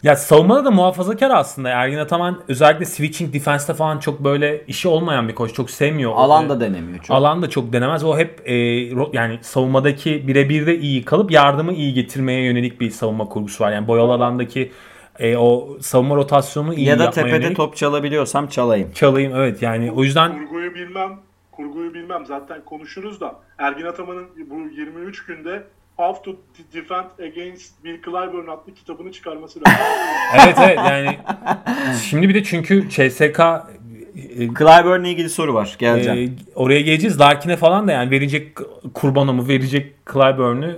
Ya savunmada da muhafazakar aslında. Ergin Ataman özellikle switching defense'te falan çok böyle işi olmayan bir koç. Çok sevmiyor. Alan da denemiyor çok. Alan da çok denemez. O hep e, yani savunmadaki birebir de iyi kalıp yardımı iyi getirmeye yönelik bir savunma kurgusu var. Yani boyalı alandaki e, o savunma rotasyonunu iyi Ya da yapmaya tepede yönelik. top çalabiliyorsam çalayım. Çalayım evet yani o yüzden Kurguyu bilmem, kurguyu bilmem zaten konuşuruz da Ergin Ataman'ın bu yirmi üç günde How to Defend Against Bill Clyburn adlı kitabını çıkarması lazım. evet evet yani şimdi bir de çünkü C S K e, Clyburn'la ilgili soru var. Geleceğim. e, oraya geleceğiz. Larkin'e falan da yani verecek kurbanımı verecek Clyburn'u.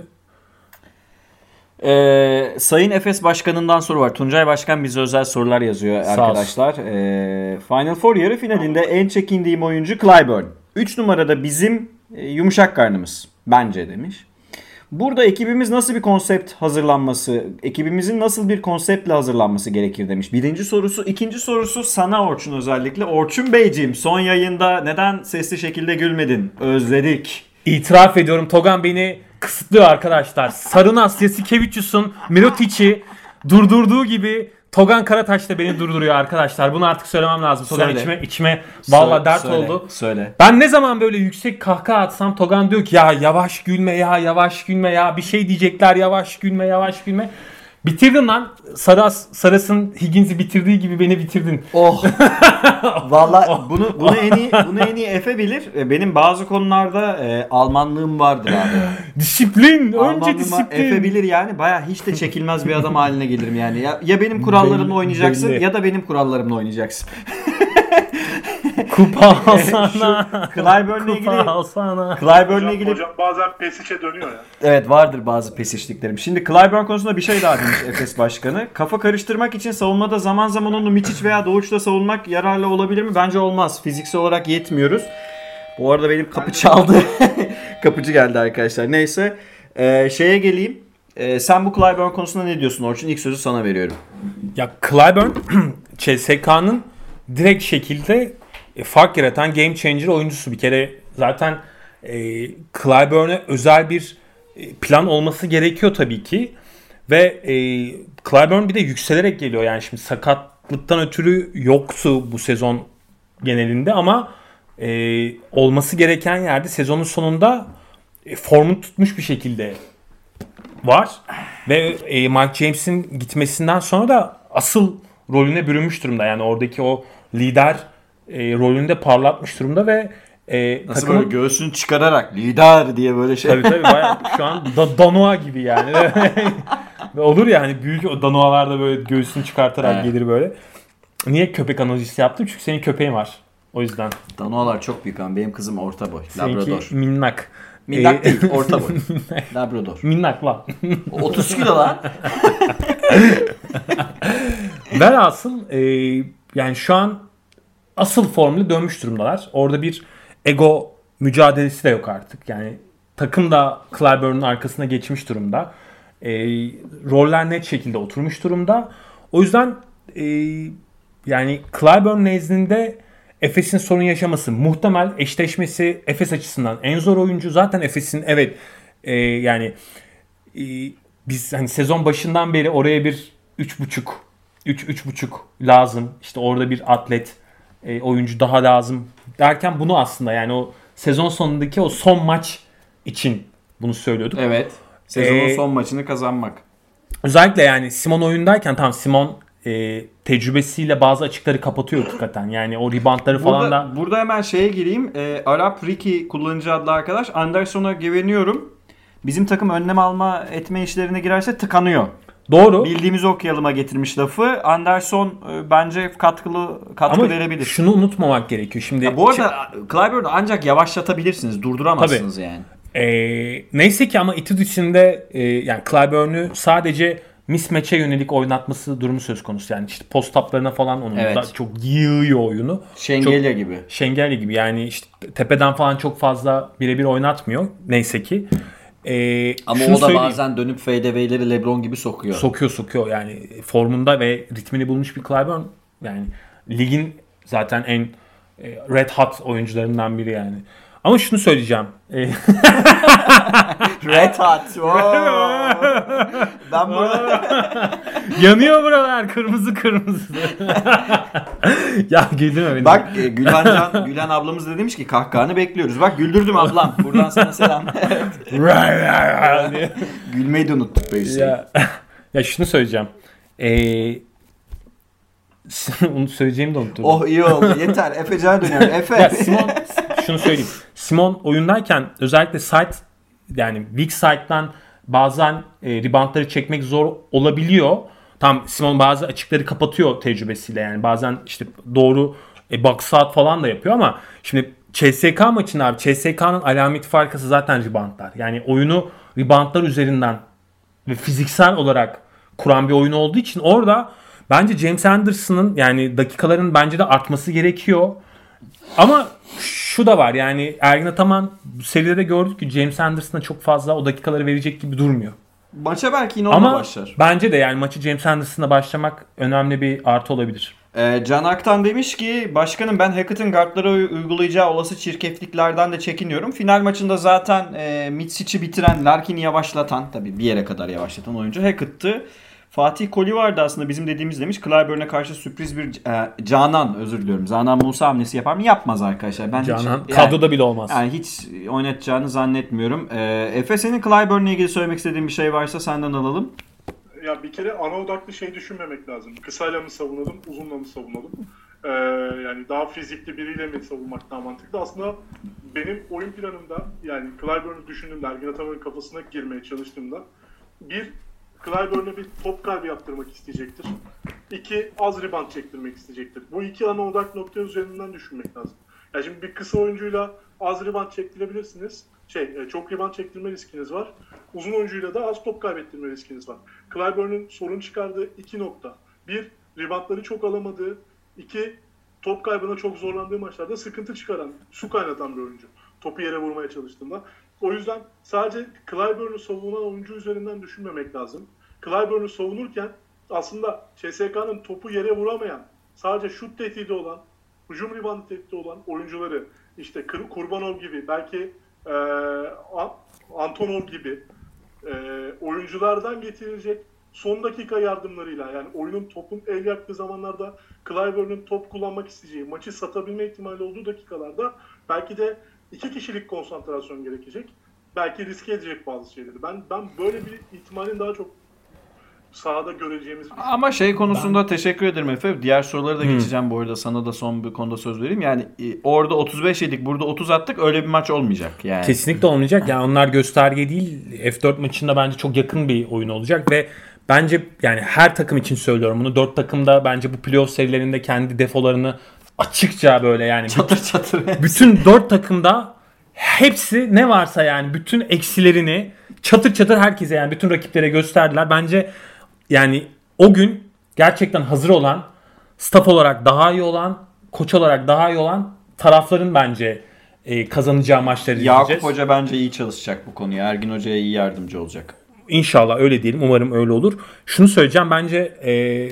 Ee, Sayın Efes Başkanı'ndan soru var. Tuncay Başkan bize özel sorular yazıyor Sağ arkadaşlar. Ee, Final Four yarı finalinde en çekindiğim oyuncu Clyburn. üç numarada bizim e, yumuşak karnımız. Bence demiş. Burada ekibimiz nasıl bir konsept hazırlanması, ekibimizin nasıl bir konseptle hazırlanması gerekir demiş. Birinci sorusu. İkinci sorusu sana Orçun özellikle. Orçun Beyciğim son yayında neden sesli şekilde gülmedin? Özledik. İtiraf ediyorum Togan beni kısıtlıyor arkadaşlar. Sarınas, Yasikevicius'un Mirotic'i durdurduğu gibi Togan Karataş da beni durduruyor arkadaşlar. Bunu artık söylemem lazım. Togan Söyle. içime içime vallahi Söyle, dert söyle, oldu. Söyle. Ben ne zaman böyle yüksek kahkaha atsam Togan diyor ki ya yavaş gülme ya yavaş gülme ya bir şey diyecekler yavaş gülme yavaş gülme. Bitirdin lan. Saras, Saras'ın Higgins'i bitirdiği gibi beni bitirdin. Oh. Vallahi bunu bunu en iyi bunu en iyi Efe bilir. E, Benim bazı konularda e, Almanlığım vardır abi. Disiplin. Önce Almanlığıma disiplin. Efe bilir yani. Bayağı hiç de çekilmez bir adam haline gelirim yani. Ya, ya benim kurallarımla Belli- oynayacaksın belli. ya da benim kurallarımla oynayacaksın. Kupa alsana. Clyburn'la ilgili Kupa alsana. Clyburn'la hocam, ilgili hocam bazen pesişe dönüyor ya. evet vardır bazı pesişliklerim. Şimdi Clyburn konusunda bir şey daha demiş Efes Başkanı. Kafa karıştırmak için savunmada zaman zaman onu Mičić veya Doğuç'la savunmak yararlı olabilir mi? Bence olmaz. Fiziksel olarak yetmiyoruz. Bu arada benim kapı çaldı. Kapıcı geldi arkadaşlar. Neyse. Ee, şeye geleyim. Ee, sen bu Clyburn konusunda ne diyorsun Orçun? İlk sözü sana veriyorum. Ya Clyburn C S K'nın direkt şekilde e, fark yaratan game changer oyuncusu. Bir kere zaten e, Clyburn'e özel bir e, plan olması gerekiyor tabii ki. Ve e, Clyburn bir de yükselerek geliyor. Yani şimdi sakatlıktan ötürü yoktu bu sezon genelinde ama e, olması gereken yerde sezonun sonunda e, formunu tutmuş bir şekilde var. Ve e, Mike James'in gitmesinden sonra da asıl rolüne bürünmüş durumda. Yani oradaki o lider e, rolünde parlatmış durumda ve e, Nasıl takımın... böyle göğsünü çıkararak lider diye böyle şey. Tabii tabii bayağı şu an da, Danoa gibi yani. Ve olur ya hani büyük o Danoalar da böyle göğsünü çıkartarak Evet. gelir böyle. Niye köpek analojisi yaptım? Çünkü senin köpeğin var. O yüzden. Danoalar çok büyük ama benim kızım orta boy. Seninki Labrador. minnak. Minnak Ee, değil, orta boy. Labrador. Minnak lan. otuz kilo lan. Velhasıl e, yani şu an asıl formüle dönmüş durumdalar. Orada bir ego mücadelesi de yok artık. Yani takım da Clyburn'un arkasına geçmiş durumda. E, roller net şekilde oturmuş durumda. O yüzden e, yani Clyburn nezdinde Efes'in sorun yaşaması muhtemel. Eşleşmesi Efes açısından en zor oyuncu. Zaten Efes'in evet e, yani e, biz hani sezon başından beri oraya bir üç buçuk üç üç buçuk lazım. İşte orada bir atlet e, oyuncu daha lazım derken bunu aslında yani o sezon sonundaki o son maç için bunu söylüyorduk. Evet. Sezonun Ee, son maçını kazanmak. Özellikle yani Simon oyundayken tam Simon e, tecrübesiyle bazı açıkları kapatıyor hakikaten. Yani o reboundları falan Burada, da burada hemen şeye gireyim. Ee, Arap Ricky kullanıcı adlı arkadaş. Anderson'a güveniyorum. Bizim takım önlem alma etme işlerine girerse tıkanıyor. doğru. Bildiğimiz okuyalıma getirmiş lafı. Anderson e, bence katkılı katkı Ama verebilir. şunu unutmamak gerekiyor. Şimdi Ya bu arada Clyburn'u ancak yavaşlatabilirsiniz. Durduramazsınız yani. e, neyse ki ama Itudis'inde e, yani Clyburn'u sadece mismatch'e yönelik oynatması durumu söz konusu. Yani işte post-up'larına falan onun Evet. da çok yığıyor oyunu. Şengelya gibi. Şengelya gibi yani işte tepeden falan çok fazla birebir oynatmıyor. Neyse ki. Ee, Ama şunu o da söyleyeyim. bazen dönüp fadeaway'leri LeBron gibi sokuyor. Sokuyor sokuyor yani formunda ve ritmini bulmuş bir Clyburn. Yani ligin zaten en e, red hot oyuncularından biri yani. Ama şunu söyleyeceğim. E, Red Hot. Wow. Ben burada... Yanıyor buralar kırmızı kırmızı. Ya güldürme beni. Bak e, Gülhan, Can, Gülhan ablamız da demiş ki kahkahanı bekliyoruz. Bak güldürdüm ablam. Buradan sana selam. Gülmeyi de unuttuk be Hüseyin. ya, ya şunu söyleyeceğim. Ee, onu söyleyeceğimi de unuttum. Oh iyi oldu. Yeter. Efe Can'a dönüyorum. Efe. Ya Simon şunu söyleyeyim. Simon oyundayken özellikle side yani weak side'dan bazen e, reboundları çekmek zor olabiliyor. Tam Simon bazı açıkları kapatıyor tecrübesiyle yani bazen işte doğru e, box out falan da yapıyor ama şimdi C S K maçında abi C S K'nın alameti farkası zaten reboundlar. Yani oyunu reboundlar üzerinden ve fiziksel olarak kuran bir oyun olduğu için orada bence James Anderson'ın yani dakikaların bence de artması gerekiyor. Ama şu da var yani Ergin Ataman bu seride de gördük ki James Anderson'a çok fazla o dakikaları verecek gibi durmuyor. Maça belki yine onunla Ama başlar. bence de yani maçı James Anderson'la başlamak önemli bir artı olabilir. Ee, Can Aktan demiş ki başkanım ben Hackett'ın guardlara uygulayacağı olası çirkefliklerden de çekiniyorum. Final maçında zaten e, Mitsic'i bitiren, Larkin'i yavaşlatan tabii bir yere kadar yavaşlatan oyuncu Hackett'tı. Fatih Koli vardı aslında bizim dediğimiz demiş. Clyburn'e karşı sürpriz bir e, Canan özür diliyorum. Canan Musa hamlesi yapar mı? Yapmaz arkadaşlar. Ben Canan hiç, kadroda yani, bile olmaz. Yani hiç oynatacağını zannetmiyorum. E, Efe senin Clyburn'la ilgili söylemek istediğin bir şey varsa senden alalım. Ya bir kere ana odaklı şey düşünmemek lazım. Kısayla mı savunalım, uzunla mı savunalım? Ee, yani daha fizikli biriyle mi savunmak daha mantıklı? Aslında benim oyun planımda yani Clyburn'u düşündüğümde, Ergin Ataman'ın kafasına girmeye çalıştığımda bir, Clyburn'a bir top kaybı yaptırmak isteyecektir. İki, az rebound çektirmek isteyecektir. Bu iki ana odak nokta üzerinden düşünmek lazım. Yani şimdi bir kısa oyuncuyla az rebound çektirebilirsiniz. Şey, çok rebound çektirme riskiniz var. Uzun oyuncuyla da az top kaybettirme riskiniz var. Clyburn'un sorun çıkardığı iki nokta. Bir, reboundları çok alamadığı. İki, top kaybına çok zorlandığı maçlarda sıkıntı çıkaran, su kaynatan bir oyuncu. Topu yere vurmaya çalıştığında. O yüzden sadece Clyburn'u savunan oyuncu üzerinden düşünmemek lazım. Clyburn'u savunurken aslında C S K'nın topu yere vuramayan, sadece şut tehdidi olan, hücum rebound tehdidi olan oyuncuları işte Kurbanov gibi, belki e, Antonov gibi e, oyunculardan getirilecek son dakika yardımlarıyla yani oyunun topun el yaktığı zamanlarda Clyburn'un top kullanmak isteyeceği, maçı satabilme ihtimali olduğu dakikalarda belki de iki kişilik konsantrasyon gerekecek. Belki riske edecek bazı şeyleri. Ben ben böyle bir ihtimalin daha çok sahada göreceğimiz bir şey. Ama şey konusunda Ben... teşekkür ederim Efe. Diğer soruları da hmm. geçeceğim bu arada. Sana da son bir konuda söz vereyim. Yani e, orada otuz beş yedik, burada otuz attık. Öyle bir maç olmayacak yani. Kesinlikle olmayacak. Yani onlar gösterge değil. F dört maçında bence çok yakın bir oyun olacak ve bence yani her takım için söylüyorum bunu. Dört takım da bence bu playoff serilerinde kendi defolarını açıkça böyle yani çatır çatır. Bütün dört takımda hepsi ne varsa yani bütün eksilerini çatır çatır herkese yani bütün rakiplere gösterdiler. Bence yani o gün gerçekten hazır olan, staff olarak daha iyi olan, koç olarak daha iyi olan tarafların bence e, kazanacağı maçları izleyeceğiz. Yakup Hoca bence iyi çalışacak bu konuya. Ergin Hoca'ya iyi yardımcı olacak. İnşallah öyle diyelim. Umarım öyle olur. Şunu söyleyeceğim. Bence e,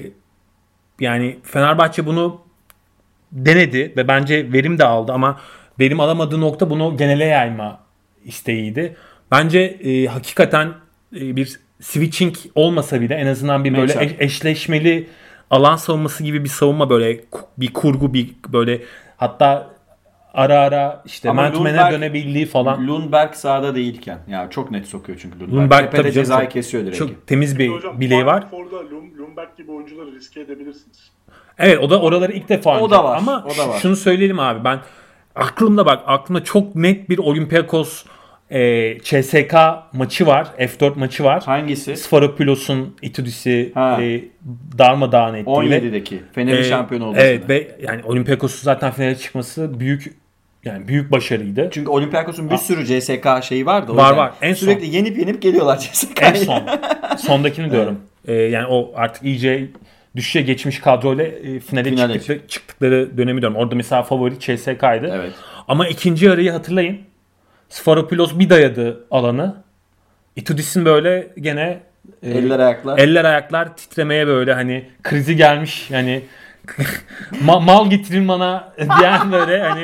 yani Fenerbahçe bunu denedi ve bence verim de aldı ama verim alamadığı nokta bunu genele yayma isteğiydi. Bence e, hakikaten e, bir switching olmasa bile en azından bir böyle eş, eşleşmeli alan savunması gibi bir savunma böyle bir kurgu bir böyle hatta ara ara işte man-to-man'e dönebildiği falan. Lundberg sahada değilken. Ya çok net sokuyor çünkü Lundberg. Lundberg Tepede cezayı kesiyor direkt. Çok temiz bir hocam, bileği var. Orada Lundberg gibi oyuncuları riske edebilirsiniz. Evet o da oraları ilk defa oynayacak. O da var. Ama o da var. Şunu söyleyelim abi ben aklımda bak aklımda çok net bir Olympiakos e, C S K maçı var. F dört maçı var. Hangisi? Sfaropoulos Itudis'i e, darmadağın ettiği. on yedideki Fener'in e, şampiyon olması. Evet ve yani Olympiakos'un zaten finale çıkması büyük yani büyük başarıydı. Çünkü Olympiakos'un bir sürü C S K şeyi vardı. O var var. En sürekli son, yenip yenip geliyorlar C S K'ya. En son. Sondakini diyorum. E, yani o artık iyice düşüşe geçmiş kadroyla e, finale, finale çıktıkları, çıktıkları dönemi diyorum. Orada mesela favori C S K'ydı. Evet. Ama ikinci yarıyı hatırlayın. Sfaropoulos bir dayadı alanı. Itudis'in böyle gene e, eller ayaklar eller ayaklar titremeye böyle hani krizi gelmiş yani ma- mal getirin bana diyen böyle hani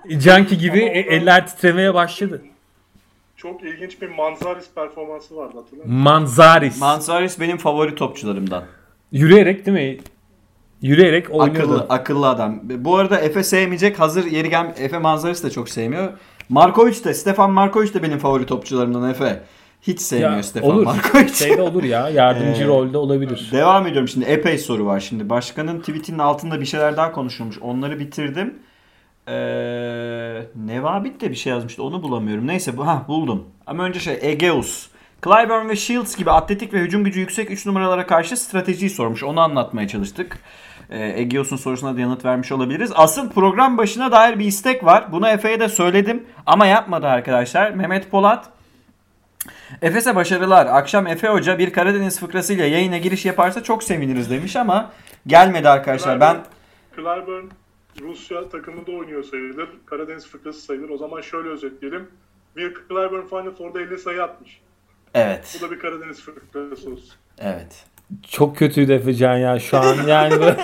Canki gibi e- eller titremeye başladı. Çok ilginç bir Manzaris performansı vardı, hatırlar mısın? Manzaris. Manzaris benim favori topçularımdan. Yürüyerek değil mi? Yürüyerek oynuyordu. Akıllı, akıllı adam. Bu arada Efe sevmeyecek. Hazır yeri gel Efe Manzaris de çok sevmiyor. Markovic de, Stefan Markovic de benim favori topçularımdan Efe. Hiç sevmiyor Ya, Stefan olur. Markovic. Şeyde olur ya. Yardımcı Ee, rolde olabilir. Devam ediyorum şimdi. Epey soru var şimdi. Başkanın tweetinin altında bir şeyler daha konuşulmuş. Onları bitirdim. Ee, Nevabit de bir şey yazmıştı. Onu bulamıyorum. Neyse bu ha buldum. Ama önce şey Egeus. Clyburn ve Shields gibi atletik ve hücum gücü yüksek üç numaralara karşı stratejiyi sormuş. Onu anlatmaya çalıştık. Ee, Egeus'un sorusuna da yanıt vermiş olabiliriz. Asıl program başına dair bir istek var. Bunu Efe'ye de söyledim ama yapmadı arkadaşlar. Mehmet Polat, Efes'e başarılar. Akşam Efe Hoca bir Karadeniz fıkrasıyla yayına giriş yaparsa çok seviniriz demiş ama gelmedi arkadaşlar. Ben Clyburn Rusya takımında oynuyor sayılır. Karadeniz fıkrası sayılır. O zaman şöyle özetleyelim. Bir Clyburn Final Four'da elli sayı atmış. evet. Bu da bir Karadeniz fıkrası olsun. Evet. Çok kötüydü Efecan ya şu an yani böyle,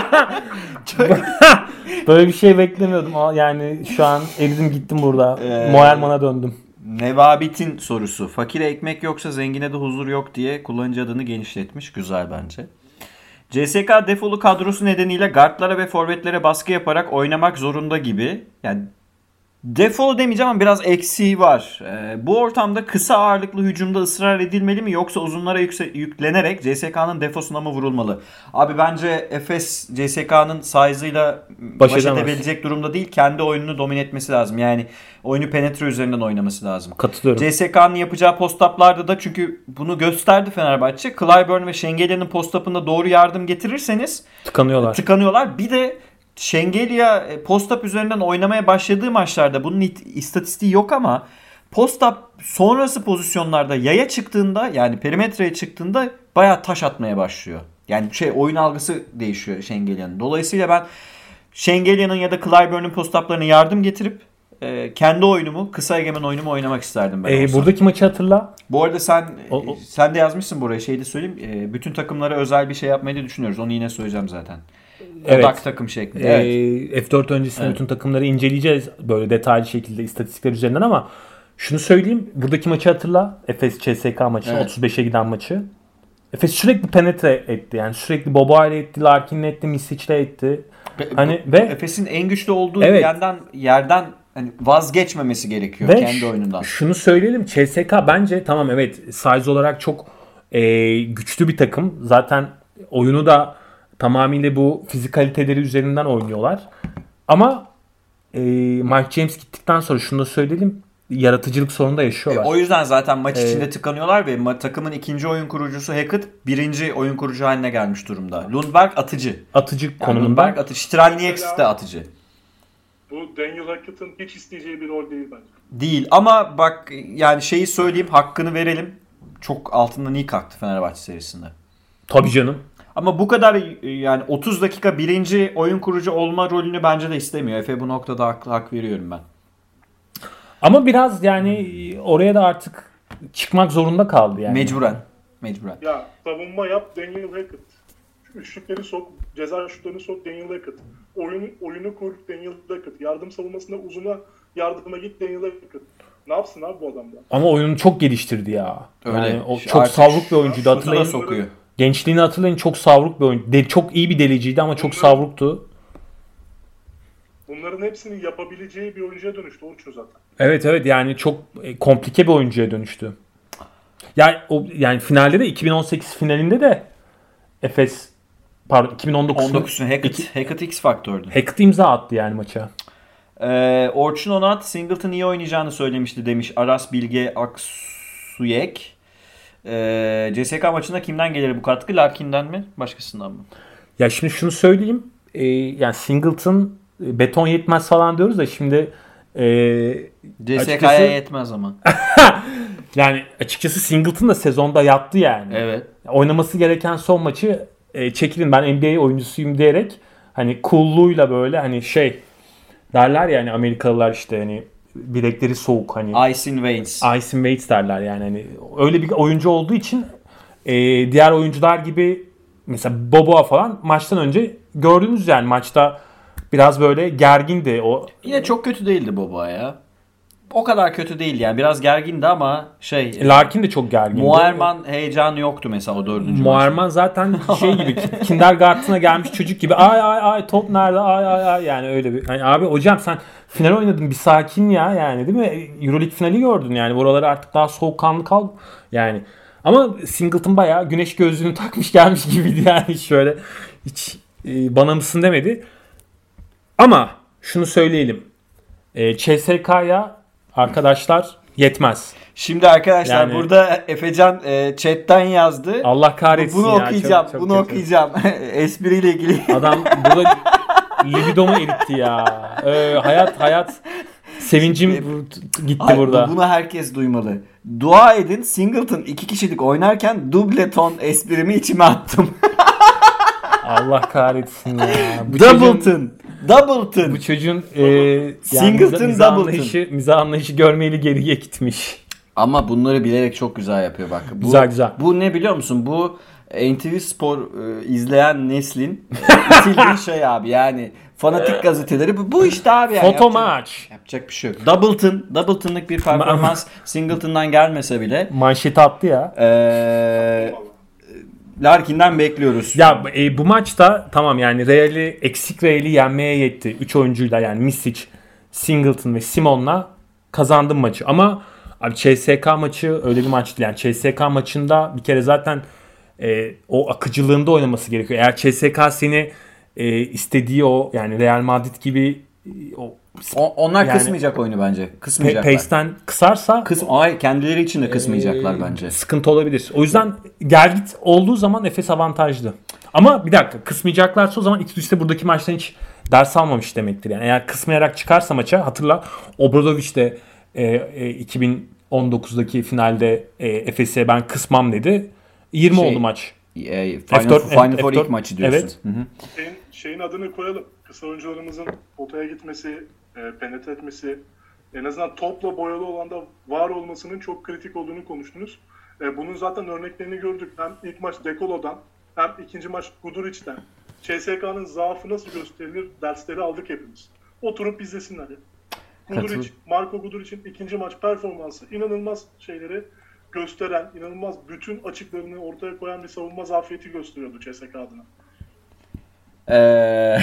böyle bir şey beklemiyordum. Yani şu an eridim gittim burada. Ee, Moerman'a döndüm. Nevabit'in sorusu. Fakire ekmek yoksa zengine de huzur yok diye kullanıcı adını genişletmiş. Güzel bence. C S K defolu kadrosu nedeniyle guardlara ve forvetlere baskı yaparak oynamak zorunda gibi. Yani defolu demeyeceğim ama biraz eksiği var. Ee, bu ortamda kısa ağırlıklı hücumda ısrar edilmeli mi yoksa uzunlara yükse- yüklenerek C S K'nın defosuna mı vurulmalı? Abi bence Efes C S K'nın size'ıyla baş, Baş edemez. edebilecek durumda değil. Kendi oyununu domine etmesi lazım. Yani oyunu penetre üzerinden oynaması lazım. Katılıyorum. C S K'nın yapacağı post-up'larda da çünkü bunu gösterdi Fenerbahçe. Clyburn ve Şengelya'nın post-up'ında doğru yardım getirirseniz Tıkanıyorlar. tıkanıyorlar. Bir de Şengelya post-up üzerinden oynamaya başladığı maçlarda bunun it- istatistiği yok ama post-up sonrası pozisyonlarda yaya çıktığında yani perimetreye çıktığında bayağı taş atmaya başlıyor. Yani şey oyun algısı değişiyor Şengelya'nın. Dolayısıyla ben Şengelya'nın ya da Clyburn'un post-up'larına yardım getirip e, kendi oyunumu, kısa egemen oyunumu oynamak isterdim ben. Ee, olsam. buradaki maçı hatırla. Bu arada sen O- o- sen de yazmışsın buraya, şeyi de söyleyeyim. E, bütün takımlara özel bir şey yapmayı da düşünüyoruz. Onu yine söyleyeceğim zaten. Evet. Odak takım şeklinde. Ee, Evet. F dört öncesinde Evet. bütün takımları inceleyeceğiz böyle detaylı şekilde istatistikler üzerinden ama şunu söyleyeyim. Buradaki maçı hatırla. Efes C S K maçı. Evet. otuz beşe giden maçı. Efes sürekli penetre etti. Yani sürekli Boba ile etti, Larkin'le etti, Misic'le etti. Hani ve Efes'in en güçlü olduğu Evet. yerden yerden hani vazgeçmemesi gerekiyor Ve kendi ş- oyunundan. Şunu söyleyelim. C S K bence tamam evet size olarak çok e, güçlü bir takım. Zaten oyunu da tamamıyla bu fizikaliteleri üzerinden oynuyorlar. Ama e, Mike James gittikten sonra şunu da söyleyelim. Yaratıcılık sorunu da E, yaşıyorlar. o yüzden zaten maç Ee, içinde tıkanıyorlar ve ma- takımın ikinci oyun kurucusu Hackett birinci oyun kurucu haline gelmiş durumda. Lundberg atıcı. Atıcı Yani konumunda. Lundberg atıcı. Strelnieks de atıcı. Bu Daniel Hackett'ın hiç isteyeceği bir rol değil bence. Değil ama bak yani şeyi söyleyeyim, hakkını verelim. Çok altından iyi kalktı Fenerbahçe serisinde. Tabii canım. Ama bu kadar yani otuz dakika birinci oyun kurucu olma rolünü bence de istemiyor. Efe bu noktada hak, hak veriyorum ben. Ama biraz yani oraya da artık çıkmak zorunda kaldı yani. Mecburen. Mecburen. Ya savunma yap Daniel Hackett. Şu üçlükleri sok, ceza şutlarını sok Daniel Hackett. Oyunu, oyunu kur Daniel Hackett. Yardım savunmasında uzuna yardıma git Daniel Hackett. Ne yapsın abi bu adam da? Ama oyununu çok geliştirdi ya. Öyle. Yani o Şu çok artık savruk bir oyuncuydu. Şutu da Hatırlayın. sokuyor. Gençliğini hatırlayın. Çok savruk bir oyuncu. De, çok iyi bir deliciydi ama çok Bunların- savruktu. Bunların hepsini yapabileceği bir oyuncuya dönüştü Orçun zaten. Evet evet yani çok e, komplike bir oyuncuya dönüştü. Yani o yani finalde de iki bin on sekiz finalinde de Efes pardon iki bin on dokuz on dokuz Hackett, iki- Hackett X faktördü. Hackett imza attı yani maça. Ee, Orçun Onat Singleton iyi oynayacağını söylemişti demiş Aras Bilge Aksuyek. Ee, C S K maçında kimden gelir bu katkı? Larkin'den mi? Başkasından mı? Ya şimdi şunu söyleyeyim. E, yani Singleton e, beton yetmez falan diyoruz da şimdi e, C S K'ya açıkçası- yetmez ama. yani açıkçası Singleton da sezonda yattı yani. Evet. Oynaması gereken son maçı e, çekilin ben N B A oyuncusuyum diyerek hani coolluğuyla böyle hani şey derler ya hani Amerikalılar işte hani bilekleri soğuk hani Ice in Veins. Ice in Veins derler yani hani öyle bir oyuncu olduğu için e, diğer oyuncular gibi mesela Boboa falan maçtan önce gördünüz yani maçta Biraz böyle gergindi o. Yine çok kötü değildi Boba ya. O kadar kötü değil yani. Biraz gergindi ama şey... Larkin de çok gergindi. Muharman heyecanı yoktu mesela o dördüncü Muharman zaten şey gibi kindergarten'a gelmiş çocuk gibi ay ay ay top nerede ay ay ay yani öyle bir. Yani abi hocam sen final oynadın bir sakin ya yani değil mi? Euroleague finali gördün yani buraları artık daha soğukkanlı kal yani. Ama Singleton bayağı güneş gözlüğünü takmış gelmiş gibiydi yani şöyle hiç e, bana mısın demedi. Ama şunu söyleyelim. E, C S K'ya arkadaşlar yetmez. Şimdi arkadaşlar Yani- burada Efecan e, chatten yazdı. Allah kahretsin Bunu ya. okuyacağım. Çok- çok bunu kötü. okuyacağım. Espriyle ilgili. Adam burada libidomu eritti ya. Ee, hayat hayat sevincim bu- gitti Ay, burada. bu- Bunu herkes duymalı. Dua edin Singleton iki kişilik oynarken dubleton esprimi içime attım. Allah kahretsin ya. Bu çocuğun, Doubleton. Doubleton. bu çocuğun e, yani Singleton, miza, mizah Doubleton. anlayışı, mizah anlayışı görmeyeli geriye gitmiş. Ama bunları bilerek çok güzel yapıyor bak. Bu, Güzel, güzel. Bu ne biliyor musun? Bu N T V Spor e, izleyen neslin e, itildiği şey abi. Yani fanatik gazeteleri bu, bu işte abi. Yani. Foto Yapacak- maç. Yapacak bir şey yok. Doubleton, Doubleton'lık bir performans Singleton'dan gelmese bile Manşeti attı ya. eee Larkin'den bekliyoruz. Ya e, bu maçta tamam yani Real'i eksik Real'i yenmeye yetti. üç oyuncuyla yani Misic, Singleton ve Simon'la kazandım maçı. Ama abi C S K maçı öyle bir maç değil. Yani C S K maçında bir kere zaten e, o akıcılığında oynaması gerekiyor. Eğer C S K seni e, istediği o yani Real Madrid gibi e, o O- onlar Yani- kısmayacak oyunu bence. pe- Kısmayacaklar. pace'ten kısarsa Kısm ay kendileri için de kısmayacaklar Ee, bence. Sıkıntı olabilir. O yüzden gel git olduğu zaman Efes avantajlı. Ama bir dakika kısmayacaklarsa o zaman İTÜ işte buradaki maçtan hiç ders almamış demektir. Yani eğer kısmayarak çıkarsa maça hatırla Obradoviç de e, e, iki bin on dokuzdaki finalde e, Efes'e ben kısmam dedi. yirmi Şey, oldu maç. E, Final, F dört, Final F Four dört, ilk maçı diyorsun. evet. Hı hı. Şeyin, şeyin adını koyalım. Kısa oyuncularımızın potaya gitmesi, e, penetre etmesi, en azından topla boyalı olanda var olmasının çok kritik olduğunu konuştunuz. E, bunun zaten örneklerini gördük. Hem ilk maç Dekolo'dan hem ikinci maç Guduric'ten. C S K'nın zaafı nasıl gösterilir dersleri aldık hepimiz. Oturup izlesinler ya. Guduric, Marko Guduric'in ikinci maç performansı inanılmaz şeyleri gösteren, inanılmaz bütün açıklarını ortaya koyan bir savunma zafiyeti gösteriyordu C S K adına. Eee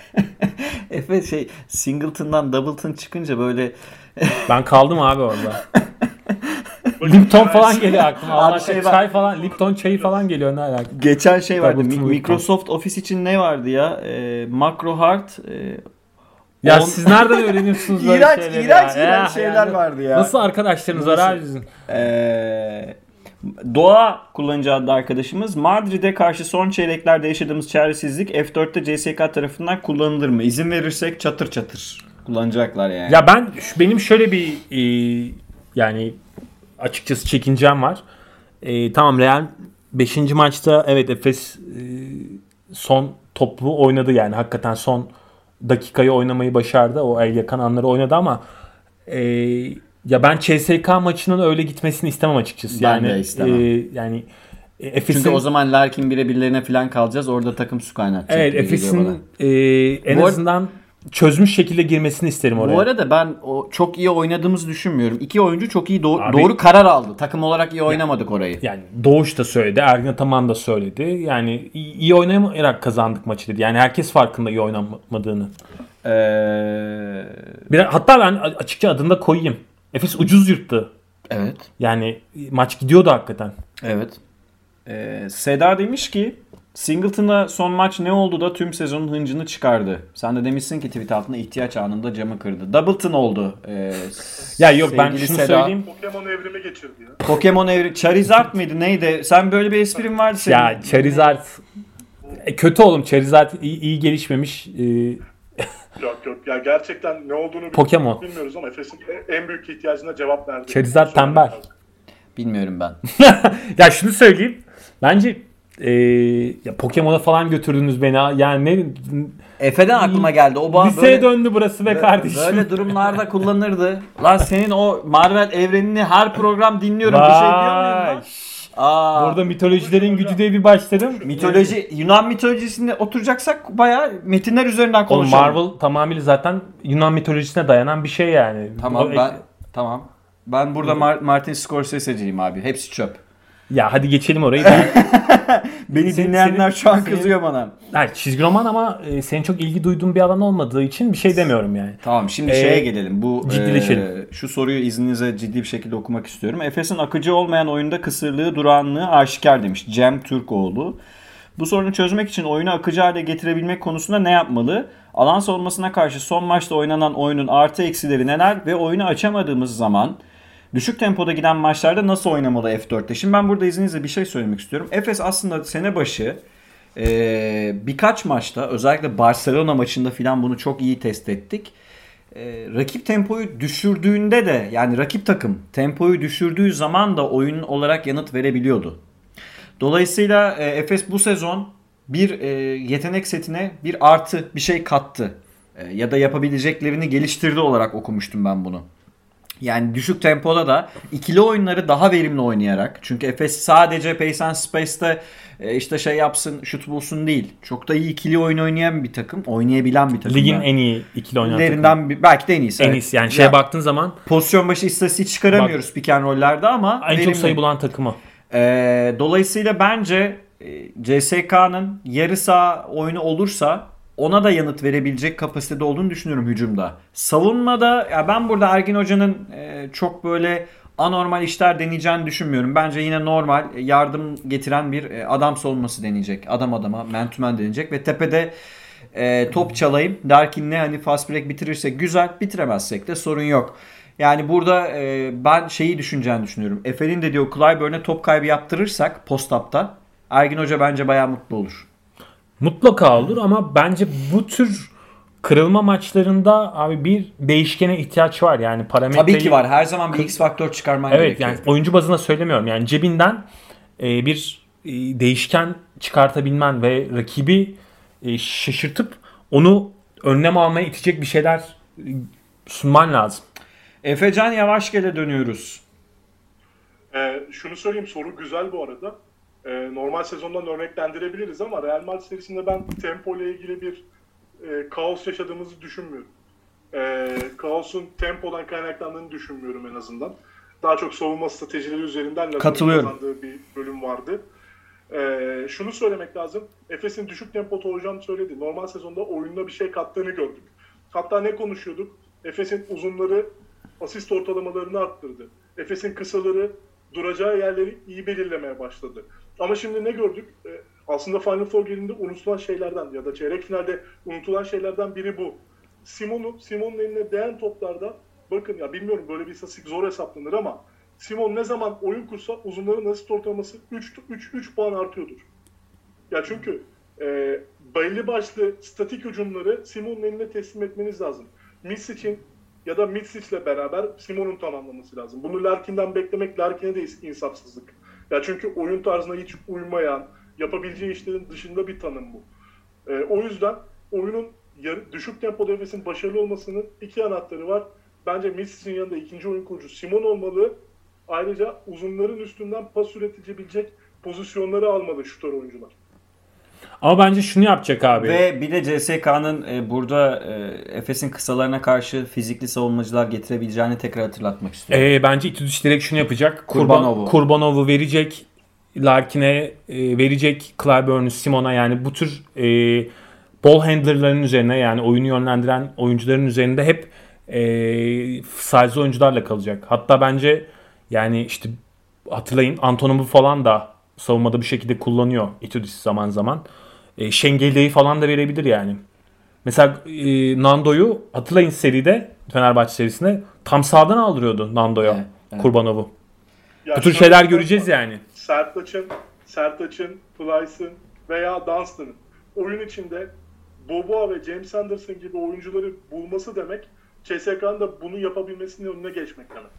Efe şey Singleton'dan Doubleton çıkınca böyle Ben kaldım abi orada. Lipton falan geliyor aklıma. Abi Allah şey aşkına, var- çay falan, Lipton çayı falan geliyor ne alaka? geçen şey vardı. Doubleton, Mi- Doubleton. Microsoft Office için ne vardı ya? Eee Macro Hard. eee, Ya on- siz nereden öğreniyorsunuz böyle İğrenç, şeyleri iğrenç, ya? iğrenç Ya, şeyler yani vardı ya. Nasıl arkadaşlarınız var Nasıl? abi sizin? Eee Doğa kullanıcı adlı arkadaşımız Madrid'e karşı son çeyreklerde yaşadığımız çaresizlik F dörtte C S K tarafından kullanılır mı? İzin verirsek çatır çatır kullanacaklar yani. Ya ben benim şöyle bir e, yani açıkçası çekincem var. E, tamam Real beşinci maçta evet Efes e, son topu oynadı yani hakikaten son dakikayı oynamayı başardı. O el yakan anları oynadı ama e, ya ben C S K maçının öyle gitmesini istemem açıkçası. Ben yani de istemem. e, yani e, Efes'in Çünkü o zaman Larkin birebirlerine falan kalacağız. Orada takım su kaynatacak. evet gibi geliyor bana. Efes'in e, en Bu ar- azından çözmüş şekilde girmesini isterim oraya. Bu arada ben o çok iyi oynadığımızı düşünmüyorum. İki oyuncu çok iyi do- Abi- doğru karar aldı. Takım olarak iyi oynamadık orayı. Yani Doğuş da söyledi, Ergin Ataman da söyledi. Yani iyi iyi oynamayarak kazandık maçı dedi. Yani herkes farkında iyi oynamadığını. Ee, Bir, hatta ben açıkça adını da koyayım. Efes ucuz yırttı. evet. Yani maç gidiyordu hakikaten. Evet. Ee, Seda demiş ki Singleton'a son maç ne oldu da tüm sezonun hıncını çıkardı. Sen de demişsin ki tweet altında ihtiyaç anında camı kırdı. Doubleton oldu. Ee, Ya yok ben sevgili şunu Seda. söyleyeyim. Pokemon evrimi geçirdi ya. Pokemon evri Charizard mıydı neydi? Sen böyle bir esprin vardı senin. Ya Charizard e, kötü oğlum. Charizard iyi, iyi gelişmemiş. Ee, Yok yok ya gerçekten ne olduğunu Pokemon. bilmiyoruz ama Efes'in en büyük ihtiyacına cevap verdi. Charizard tembel. Bilmiyorum ben. Ya şunu söyleyeyim. Bence e, ya Pokemon'a falan götürdünüz beni. Yani ne Efe'den aklıma geldi. O bana liseye böyle, döndü burası be kardeşim. böyle durumlarda kullanırdı. Lan senin o Marvel evrenini her program dinliyorum. Bir şey diyor muyum Vay. lan? Aa, Burada mitolojilerin gücü diye bir başladım. mitoloji, Yunan mitolojisinde oturacaksak bayağı metinler üzerinden Oğlum konuşalım. Marvel tamamıyla zaten Yunan mitolojisine dayanan bir şey yani. Tamam O- ben tamam. Ben burada Mar- Martin Scorsese'ciyim abi. Hepsi çöp. Ya hadi geçelim orayı. Ben... Beni Senin- dinleyenler senin- şu an senin- kızıyor bana. Yani çizgi roman ama e, senin çok ilgi duyduğun bir alan olmadığı için bir şey demiyorum yani. Tamam şimdi Ee, şeye gelelim. Bu ciddileşelim. e, şu soruyu izninizle ciddi bir şekilde okumak istiyorum. Efes'in akıcı olmayan oyunda kısırlığı, durağanlığı aşikar demiş Cem Türkoğlu. Bu sorunu çözmek için oyunu akıcı hale getirebilmek konusunda ne yapmalı? Alan savunmasına karşı son maçta oynanan oyunun artı eksileri neler ve oyunu açamadığımız zaman düşük tempoda giden maçlarda nasıl oynamalı F dörtte? Şimdi ben burada izninizle bir şey söylemek istiyorum. Efes aslında sene başı e, birkaç maçta özellikle Barcelona maçında filan bunu çok iyi test ettik. E, rakip tempoyu düşürdüğünde de yani rakip takım tempoyu düşürdüğü zaman da oyun olarak yanıt verebiliyordu. Dolayısıyla e, Efes bu sezon bir e, yetenek setine bir artı bir şey kattı. E, ya da yapabileceklerini geliştirdi olarak okumuştum ben bunu. Yani düşük tempoda da ikili oyunları daha verimli oynayarak. Çünkü Efes sadece Pace and Space'te e, işte şey yapsın, şut bulsun değil. Çok da iyi ikili oyun oynayan bir takım. Oynayabilen bir takım. Ligin yani. en iyi ikili oynayan takımı. Lerinden bir- belki de en iyisi. En evet. iyisi yani şeye Ya, baktığın zaman pozisyon başı istatistik çıkaramıyoruz pick and roll'lerde ama en çok verimli. sayı bulan takımı. Ee, dolayısıyla bence e, C S K'nın yarı saha oyunu olursa ona da yanıt verebilecek kapasitede olduğunu düşünüyorum hücumda. Savunmada ya ben burada Ergin Hoca'nın e, çok böyle anormal işler deneyeceğini düşünmüyorum. Bence yine normal e, yardım getiren bir e, adam savunması deneyecek. Adam adama man to man deneyecek ve tepede e, top çalayım. Larkin'le hani fast break bitirirsek güzel, bitiremezsek de sorun yok. Yani burada e, ben şeyi düşüneceğini düşünüyorum. Efe'nin de diyor Clyburn'e top kaybı yaptırırsak post-up'ta Ergin Hoca bence bayağı mutlu olur. Mutlaka olur ama bence bu tür kırılma maçlarında abi bir değişkene ihtiyaç var. Yani parametreyi... Tabii ki var. Her zaman bir X faktör çıkarman Evet gerekiyor. yani oyuncu bazına söylemiyorum. Yani cebinden e, bir e, değişken çıkartabilmen ve rakibi e, şaşırtıp onu önlem almaya itecek bir şeyler e, sunman lazım. Efecan Yavaşgel'e dönüyoruz. Ee, şunu söyleyeyim, soru güzel bu arada. Ee, normal sezondan örneklendirebiliriz ama Real Madrid serisinde ben tempo ile ilgili bir e, kaos yaşadığımızı düşünmüyorum. E, kaosun tempodan kaynaklandığını düşünmüyorum en azından. Daha çok savunma stratejileri üzerinden lafını Katılıyorum. kazandığı bir bölüm vardı. E, şunu söylemek lazım. Efes'in düşük tempoda olacağını söyledi. Normal sezonda oyunda bir şey kattığını gördük. Hatta ne konuşuyorduk? Efes'in uzunları asist ortalamalarını arttırdı. Efes'in kısaları duracağı yerleri iyi belirlemeye başladı. Ama şimdi ne gördük? E, aslında Final Four gelinde unutulan şeylerden ya da çeyrek finalde unutulan şeylerden biri bu. Simon'un Simon'un eline değen toplarda bakın ya bilmiyorum böyle bir istatistik zor hesaplanır ama Simon ne zaman oyun kursa uzunların asist ortalaması üç puan artıyordur. Ya çünkü e, belli başlı statik hücumları Simon'un eline teslim etmeniz lazım. Mitsic'in ya da Mitsic'le beraber Simon'un tamamlaması lazım. Bunu Larkin'den beklemek Larkin'e de insafsızlık. Ya çünkü oyun tarzına hiç uymayan, yapabileceği işlerin dışında bir tanım bu. E, o yüzden oyunun yarı, düşük tempoda Efes'in başarılı olmasının iki anahtarı var. Bence Mitsic'in yanında ikinci oyun kurucu Simon olmalı. Ayrıca uzunların üstünden pas üretebilecek pozisyonları almalı şutör oyuncular. Ama bence şunu yapacak abi. Ve bir de C S K'nın e, burada e, Efes'in kısalarına karşı fizikli savunmacılar getirebileceğini tekrar hatırlatmak istiyorum. E, bence Itudis direkt şunu yapacak. Kurbanov'u. Kurban, Kurbanov'u verecek. Larkin'e e, verecek. Clyburn'u, Simon'a yani bu tür e, ball handler'ların üzerine yani oyunu yönlendiren oyuncuların üzerinde hep e, size oyuncularla kalacak. Hatta bence yani işte hatırlayın Antonov'u falan da savunmada bir şekilde kullanıyor Itudis zaman zaman. E, Şengeli'yi falan da verebilir yani. Mesela e, Nando'yu hatırlayın seride Fenerbahçe serisinde tam sağdan aldırıyordu Nando'ya Evet, evet. Kurbanov'u. Ya Bu tür şöyle şeyler bir şey göreceğiz var. yani. Sertaç'ın, Sertaç'ın, Plyce'ın veya Dunstan'ın oyun içinde Boboa ve James Anderson gibi oyuncuları bulması demek C S K'nın da bunu yapabilmesinin önüne geçmek demek.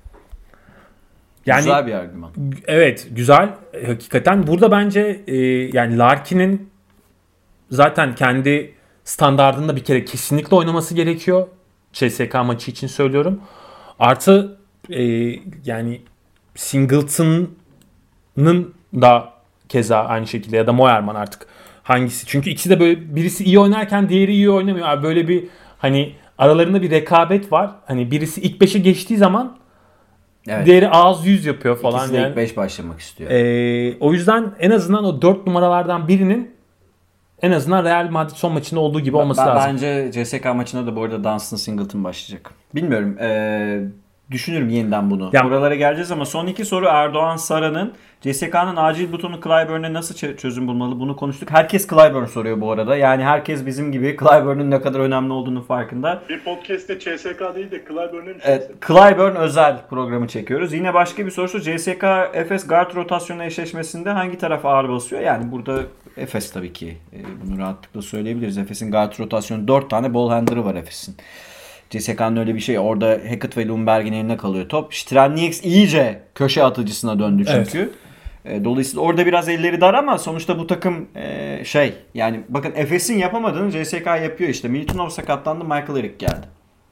Yani Güzel bir argüman. evet güzel e, hakikaten. Burada bence e, yani Larkin'in zaten kendi standardında bir kere kesinlikle oynaması gerekiyor. C S K maçı için söylüyorum. Artı e, yani Singleton'ın da keza aynı şekilde ya da Moerman artık hangisi. Çünkü ikisi de böyle birisi iyi oynarken diğeri iyi oynamıyor. Abi böyle bir hani aralarında bir rekabet var. Hani birisi ilk beşe geçtiği zaman Evet. diğeri ağız yüz yapıyor falan. İkisi de yani. ilk beş başlamak istiyor. Ee, o yüzden en azından o dört numaralardan birinin en azından Real Madrid son maçında olduğu gibi olması ben, lazım. Bence C S K maçında da bu arada Dunstan Singleton başlayacak. Bilmiyorum. Ee, düşünürüm yeniden bunu. Ya- Oralara geleceğiz ama son iki soru Erdoğan Sara'nın C S K'nın acil butonu Clyburn'e nasıl ç- çözüm bulmalı bunu konuştuk. Herkes Clyburn soruyor bu arada. Yani herkes bizim gibi Clyburn'un ne kadar önemli olduğunu farkında. Bir podcast'te C S K değil de Clyburn'e mi Evet, Clyburn özel programı çekiyoruz. Yine başka bir sorusu C S K Efes guard rotasyonu eşleşmesinde hangi taraf ağır basıyor? Yani burada Efes tabii ki. E, bunu rahatlıkla söyleyebiliriz. Efes'in guard rotasyonu dört tane ball handler'ı var Efes'in. C S K'nın öyle bir şey. Orada Hackett ve Lundberg'in eline kalıyor top. Strelnieks iyice köşe atıcısına döndü çünkü. Evet. E, Dolayısıyla orada biraz elleri dar ama sonuçta bu takım e, şey yani bakın Efes'in yapamadığını C S K yapıyor işte. Militinov sakatlandı, Michael Eric geldi.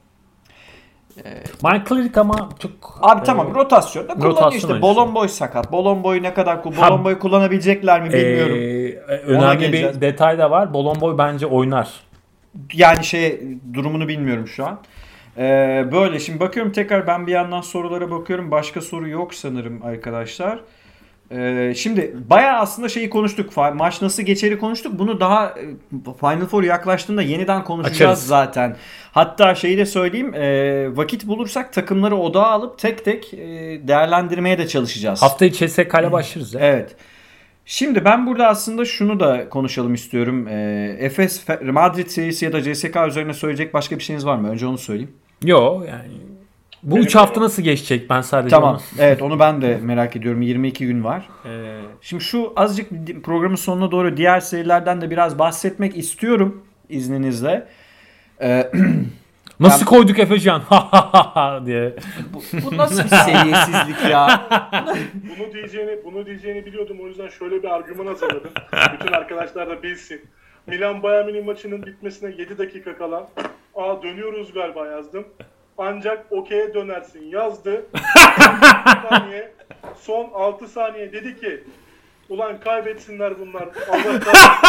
Michael Eric ama çok... Abi tamam rotasyonda kullanıyor rotasyon işte. oyuncusu. Bolon Boy sakat. Bolon Boy ne kadar kul Ha. Bolon Boy kullanabilecekler mi bilmiyorum. Ee, önemli geleceğiz. bir detay da var. Bolon Boy bence oynar. Yani şey durumunu bilmiyorum şu an. Ee, böyle şimdi bakıyorum tekrar ben bir yandan sorulara bakıyorum. Başka soru yok sanırım arkadaşlar. Ee, şimdi bayağı aslında şeyi konuştuk. Fa- Maç nasıl geçeri konuştuk. Bunu daha e, Final Four yaklaştığında yeniden konuşacağız Açarız. zaten. Hatta şeyi de söyleyeyim. e, vakit bulursak takımları odağa alıp tek tek e, değerlendirmeye de çalışacağız. Haftayı C S K ile başlarız ya. Evet. Şimdi ben burada aslında şunu da konuşalım istiyorum. Ee, Efes, Fe- Madrid serisi ya da C S K üzerine söyleyecek başka bir şeyiniz var mı? Önce onu söyleyeyim. Yo yani bu Benim üç de hafta yok. nasıl geçecek ben sadece Tamam. onu... Evet onu ben de merak ediyorum. yirmi iki gün var. Ee, şimdi şu azıcık di- programın sonuna doğru diğer serilerden de biraz bahsetmek istiyorum izninizle. Ee, Nasıl Ben- koyduk Efecan diye. bu, bu nasıl bir seviyesizlik ya? Bunu diyeceğini, bunu diyeceğini biliyordum. O yüzden şöyle bir argüman hazırladım. Bütün arkadaşlar da bilsin. Milan Bayern Münih maçının bitmesine yedi dakika kala "Aa dönüyoruz galiba" yazdım. Ancak okey'e dönersin yazdı. saniye, son altı saniye dedi ki "Ulan kaybetsinler bunlar. Allah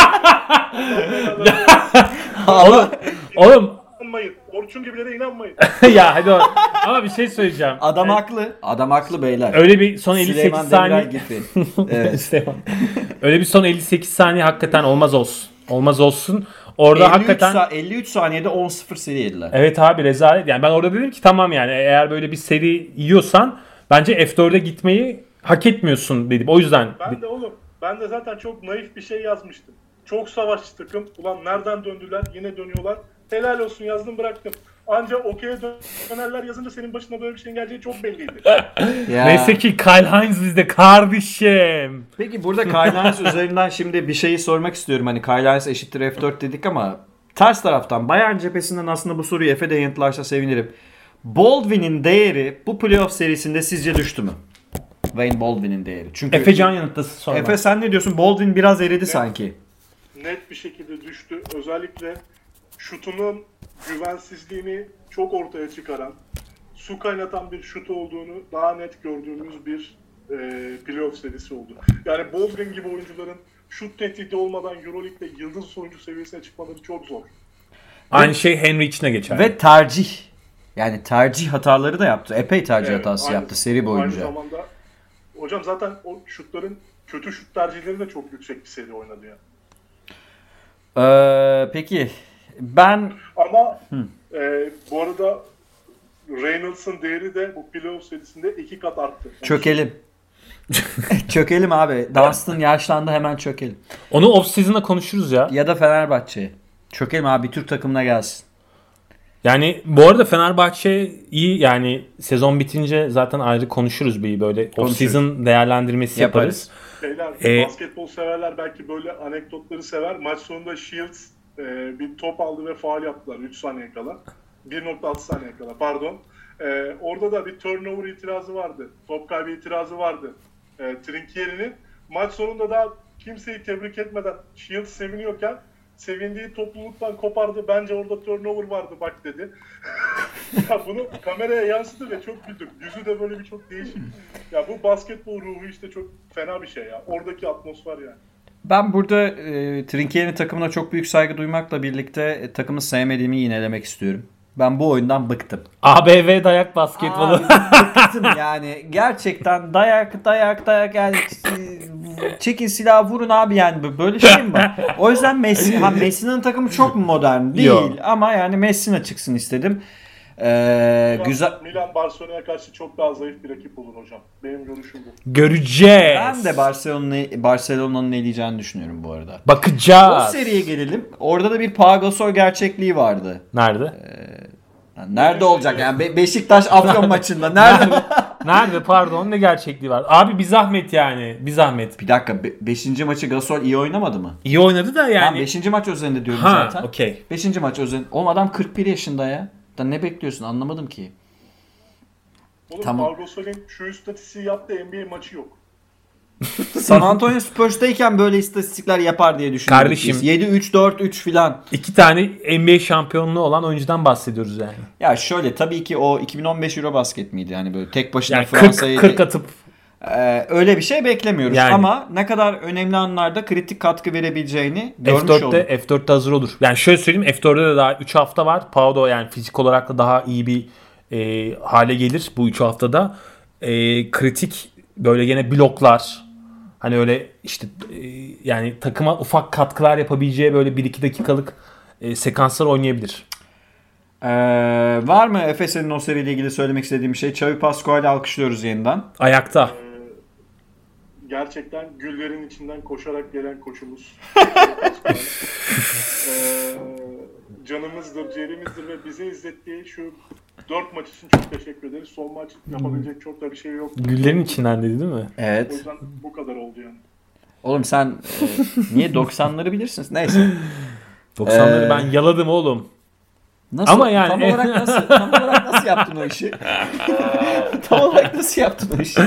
kahretsin." Oğlum, oğlum İnanmayın. Orçun gibilere inanmayın. ya hadi o- ama bir şey söyleyeceğim. Adam Yani haklı. Adam haklı beyler. öyle bir son elli sekiz Süleyman saniye Demirel gibi. Evet. Süleyman. Öyle bir son elli sekiz saniye hakikaten olmaz olsun. Olmaz olsun. Orada elli üç, hakikaten sa- elli üç saniyede on sıfır seri yediler. evet abi rezalet. Yani ben orada dedim ki tamam yani eğer böyle bir seri yiyorsan bence F dörde gitmeyi hak etmiyorsun dedim. O yüzden Ben de oğlum, ben de zaten çok naif bir şey yazmıştım. Çok savaşçı takım. Ulan nereden döndüler? Yine dönüyorlar. Helal olsun yazdım bıraktım. Ancak okey'e dönerler yazınca senin başına böyle bir şeyin geleceği çok belliydi. Ya. neyse ki Kyle Hines bizde kardeşim. Peki burada Kyle Hines üzerinden şimdi bir şeyi sormak istiyorum. Hani Kyle Hines eşittir F dört dedik ama ters taraftan Bayern cephesinden aslında bu soruyu Efe de yanıtlarsa sevinirim. Baldwin'in değeri bu playoff serisinde sizce düştü mü? Wayne Baldwin'in değeri. Çünkü Efe Can yanıtlasın sonra. Efe sen ne diyorsun? Baldwin biraz eridi sanki. Net bir şekilde düştü. Özellikle şutunun güvensizliğini çok ortaya çıkaran, su kaynatan bir şut olduğunu daha net gördüğümüz bir e, playoff serisi oldu. Yani Baldwin gibi oyuncuların şut tehdidi olmadan Euroleague'de yıldız oyuncu seviyesine çıkmaları çok zor. Aynı şey Henry içine geçer. Ve tercih. Yani tercih hataları da yaptı. Epey tercih Evet, hatası aynı- yaptı seri boyunca. Aynı zamanda hocam zaten o şutların kötü şut tercihleri de çok yüksek bir seri oynadı ya. Ee, peki ben Ama e, bu arada Reynolds'ın değeri de bu playoff serisinde iki kat arttı. çökelim. Çökelim abi. Dunstan yaşlandı hemen çökelim. Onu off season'da konuşuruz ya. Ya da Fenerbahçe. Çökelim abi bir Türk takımına gelsin. Yani bu arada Fenerbahçe iyi yani sezon bitince zaten ayrı konuşuruz bir böyle off Konuşuruz. season değerlendirmesi yaparız. Şeyler, Ee, basketbol severler belki böyle anekdotları sever. Maç sonunda Shields e, bir top aldı ve faul yaptılar üç saniye kala. bir nokta altı saniye kala pardon. E, orada da bir turnover itirazı vardı. Top kaybı itirazı vardı. E, Trinkieri'nin. Maç sonunda da kimseyi tebrik etmeden Shields seviniyorken sevindiği topluluktan kopardı. Bence orada turnover vardı bak dedi. Ya bunu kameraya yansıdı ve çok güldüm. Yüzü de böyle bir çok değişik. Ya bu basketbol ruhu işte çok fena bir şey ya. Oradaki atmosfer yani. Ben burada e, Trinkieri'nin takımına çok büyük saygı duymakla birlikte e, takımı sevmediğimi yinelemek istiyorum. Ben bu oyundan bıktım. A B V dayak basketbolu. Abi, bıktım yani. Gerçekten dayak dayak dayak yani e, çekin silahı vurun abi yani böyle şey mi var? O yüzden Messi, ha Messi'nin takımı çok modern değil Yok. ama yani Messi'ne çıksın istedim. Ee, Milan, güzel. Milan Barcelona'ya karşı çok daha zayıf bir rakip olur hocam. Benim görüşüm bu. Göreceğiz. Ben de Barcelona'yı Barcelona'nın eleyeceğini düşünüyorum bu arada. O Bakacağız. seriye gelelim. Orada da bir Pau Gasol gerçekliği vardı. Nerede? Yani nerede olacak yani Be- Beşiktaş Afyon maçında nerede? Nerede pardon ne gerçekliği var? Abi bir zahmet yani. Bir zahmet. Bir dakika be- beşinci maçı Gasol iyi oynamadı mı? İyi oynadı da Yani yani. beşinci maç özelinde diyorum Ha, zaten. okey. beşinci maç özelinde. Oğlum adam kırk bir yaşında ya. Da ne bekliyorsun anlamadım ki. Oğlum Tamam. Pau Gasol'ün şu istatistiği yaptığı N B A maçı yok. San Antonio Spurs'tayken böyle istatistikler yapar diye düşünüyorduk Kardeşim. biz. yedi üç dört üç filan. İki tane N B A şampiyonluğu olan oyuncudan bahsediyoruz yani. Ya şöyle tabii ki o iki bin on beş Eurobasket miydi? Yani böyle tek başına Yani Fransa'yı kırk, kırk atıp Ee, öyle bir şey beklemiyoruz Yani. ama ne kadar önemli anlarda kritik katkı verebileceğini görmüş F dörtte olduk. F dörtte hazır olur. Yani şöyle söyleyeyim F dörtte de daha üç hafta var. Pau da yani fizik olarak da daha iyi bir e, hale gelir bu üç haftada. E, kritik böyle gene bloklar hani öyle işte e, yani takıma ufak katkılar yapabileceği böyle bir iki dakikalık e, sekanslar oynayabilir. Ee, var mı Efes'in o seriyle ilgili söylemek istediğim bir şey? Xavi Pascual'i alkışlıyoruz yeniden. Ayakta. Gerçekten güllerin içinden koşarak gelen koçumuz. ee, canımızdır, ciğerimizdir ve bize izlettiği şu dört maç için çok teşekkür ederiz. Son maç yapabilecek çok da bir şey yok. Güllerin içinden dedi değil mi? O Evet. yüzden bu kadar oldu yani. Oğlum sen e, niye doksanları bilirsin? Neyse. doksanları Ee, ben yaladım oğlum. Nasıl, Ama yani- tam olarak nasıl tam olarak nasıl yaptın o işi? Tam olarak nasıl yaptın o işi?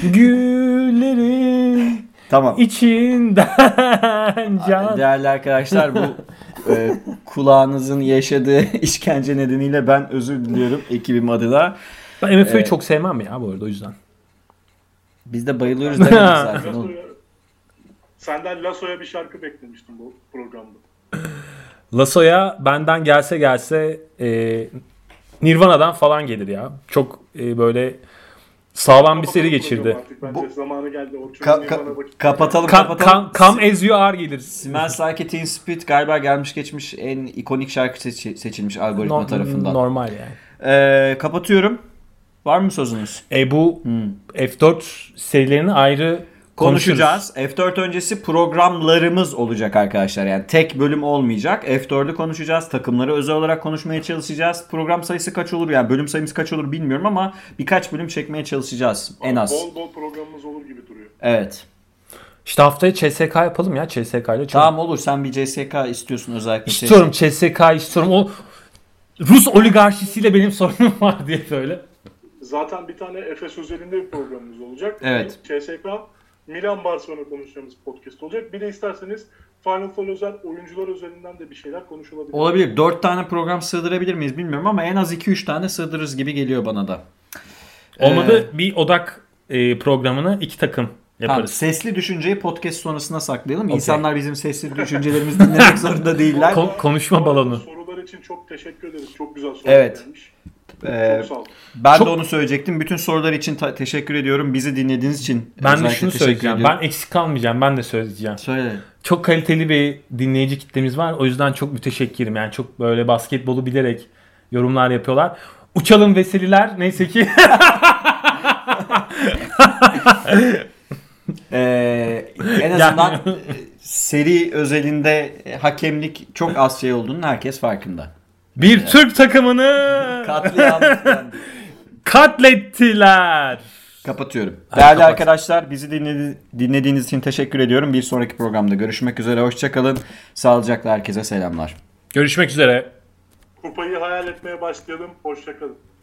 Güllerin Tamam. içinden can. Değerli arkadaşlar bu e, kulağınızın yaşadığı işkence nedeniyle ben özür diliyorum ekibim adına. Ben M F O'yu Ee, çok sevmem ya bu arada o yüzden. Biz de bayılıyoruz demedik zaten. oğlum. Lasso'ya, senden Lasso'ya bir şarkı beklemiştim bu programda. Lasso'ya benden gelse gelse e, Nirvana'dan falan gelir ya. Çok e, böyle sağlam bir seri geçirdi. Artık bence Bu- zamanı geldi. O çocuğun Ka- Nirvana ka- vakit- kapatalım Come, kapatalım. come, come as you are gelir. Smells Like Teen Spirit galiba gelmiş geçmiş en ikonik şarkı seçi- seçilmiş algoritma No- tarafından. Normal yani. Ee, kapatıyorum. Var mı sözünüz? E bu F dört serilerini ayrı Konuşacağız. F dört öncesi programlarımız olacak arkadaşlar. Yani tek bölüm olmayacak. F dördü konuşacağız. Takımları özel olarak konuşmaya çalışacağız. Program sayısı kaç olur yani bölüm sayımız kaç olur bilmiyorum ama birkaç bölüm çekmeye çalışacağız en az. Bol bol programımız olur gibi duruyor. Evet. İşte haftaya C S K yapalım ya. C S K ile çok Tamam olur. Sen bir C S K istiyorsun özellikle. istiyorum. C S K istiyorum. O Rus oligarşisiyle benim sorunum var diye böyle. Zaten bir tane Efes özelinde bir programımız olacak. Evet. C S K, Milan Barcelona konuşacağımız podcast olacak. Bir de isterseniz Final Four özel, oyuncular özelinden de bir şeyler konuşulabilir. Olabilir. dört tane program sığdırabilir miyiz bilmiyorum ama en az iki üç tane sığdırırız gibi geliyor bana da. Olmadı Ee, bir odak e, programını iki takım Tamam, yaparız. sesli düşünceyi podcast sonrasına saklayalım. Okey. İnsanlar bizim sesli düşüncelerimizi dinlemek zorunda değiller. Kon- konuşma balonu. Sorular için çok teşekkür ederiz. Çok güzel sorular Evet. gelmiş. Ee, Çok sağ olun. ben Çok- de onu söyleyecektim. Bütün sorular için ta- teşekkür ediyorum. Bizi dinlediğiniz için Ben de özellikle şunu teşekkür söyleyeceğim. ediyorum. Ben eksik kalmayacağım. Ben de söyleyeceğim. Söyle. Çok kaliteli bir dinleyici kitlemiz var. O yüzden çok müteşekkirim. Yani çok böyle basketbolu bilerek yorumlar yapıyorlar. Uçalım veseliler. Neyse ki. Ee, en azından e, seri özelinde e, hakemlik çok az şey olduğunun herkes farkında. bir Türk takımını Katliam. yani. katlettiler. Kapatıyorum. Hadi Değerli kapat. arkadaşlar bizi dinledi- dinlediğiniz için teşekkür ediyorum. Bir sonraki programda görüşmek üzere. Hoşçakalın. Sağlıcakla herkese selamlar. Görüşmek üzere. Kupayı hayal etmeye başlayalım. Hoşçakalın.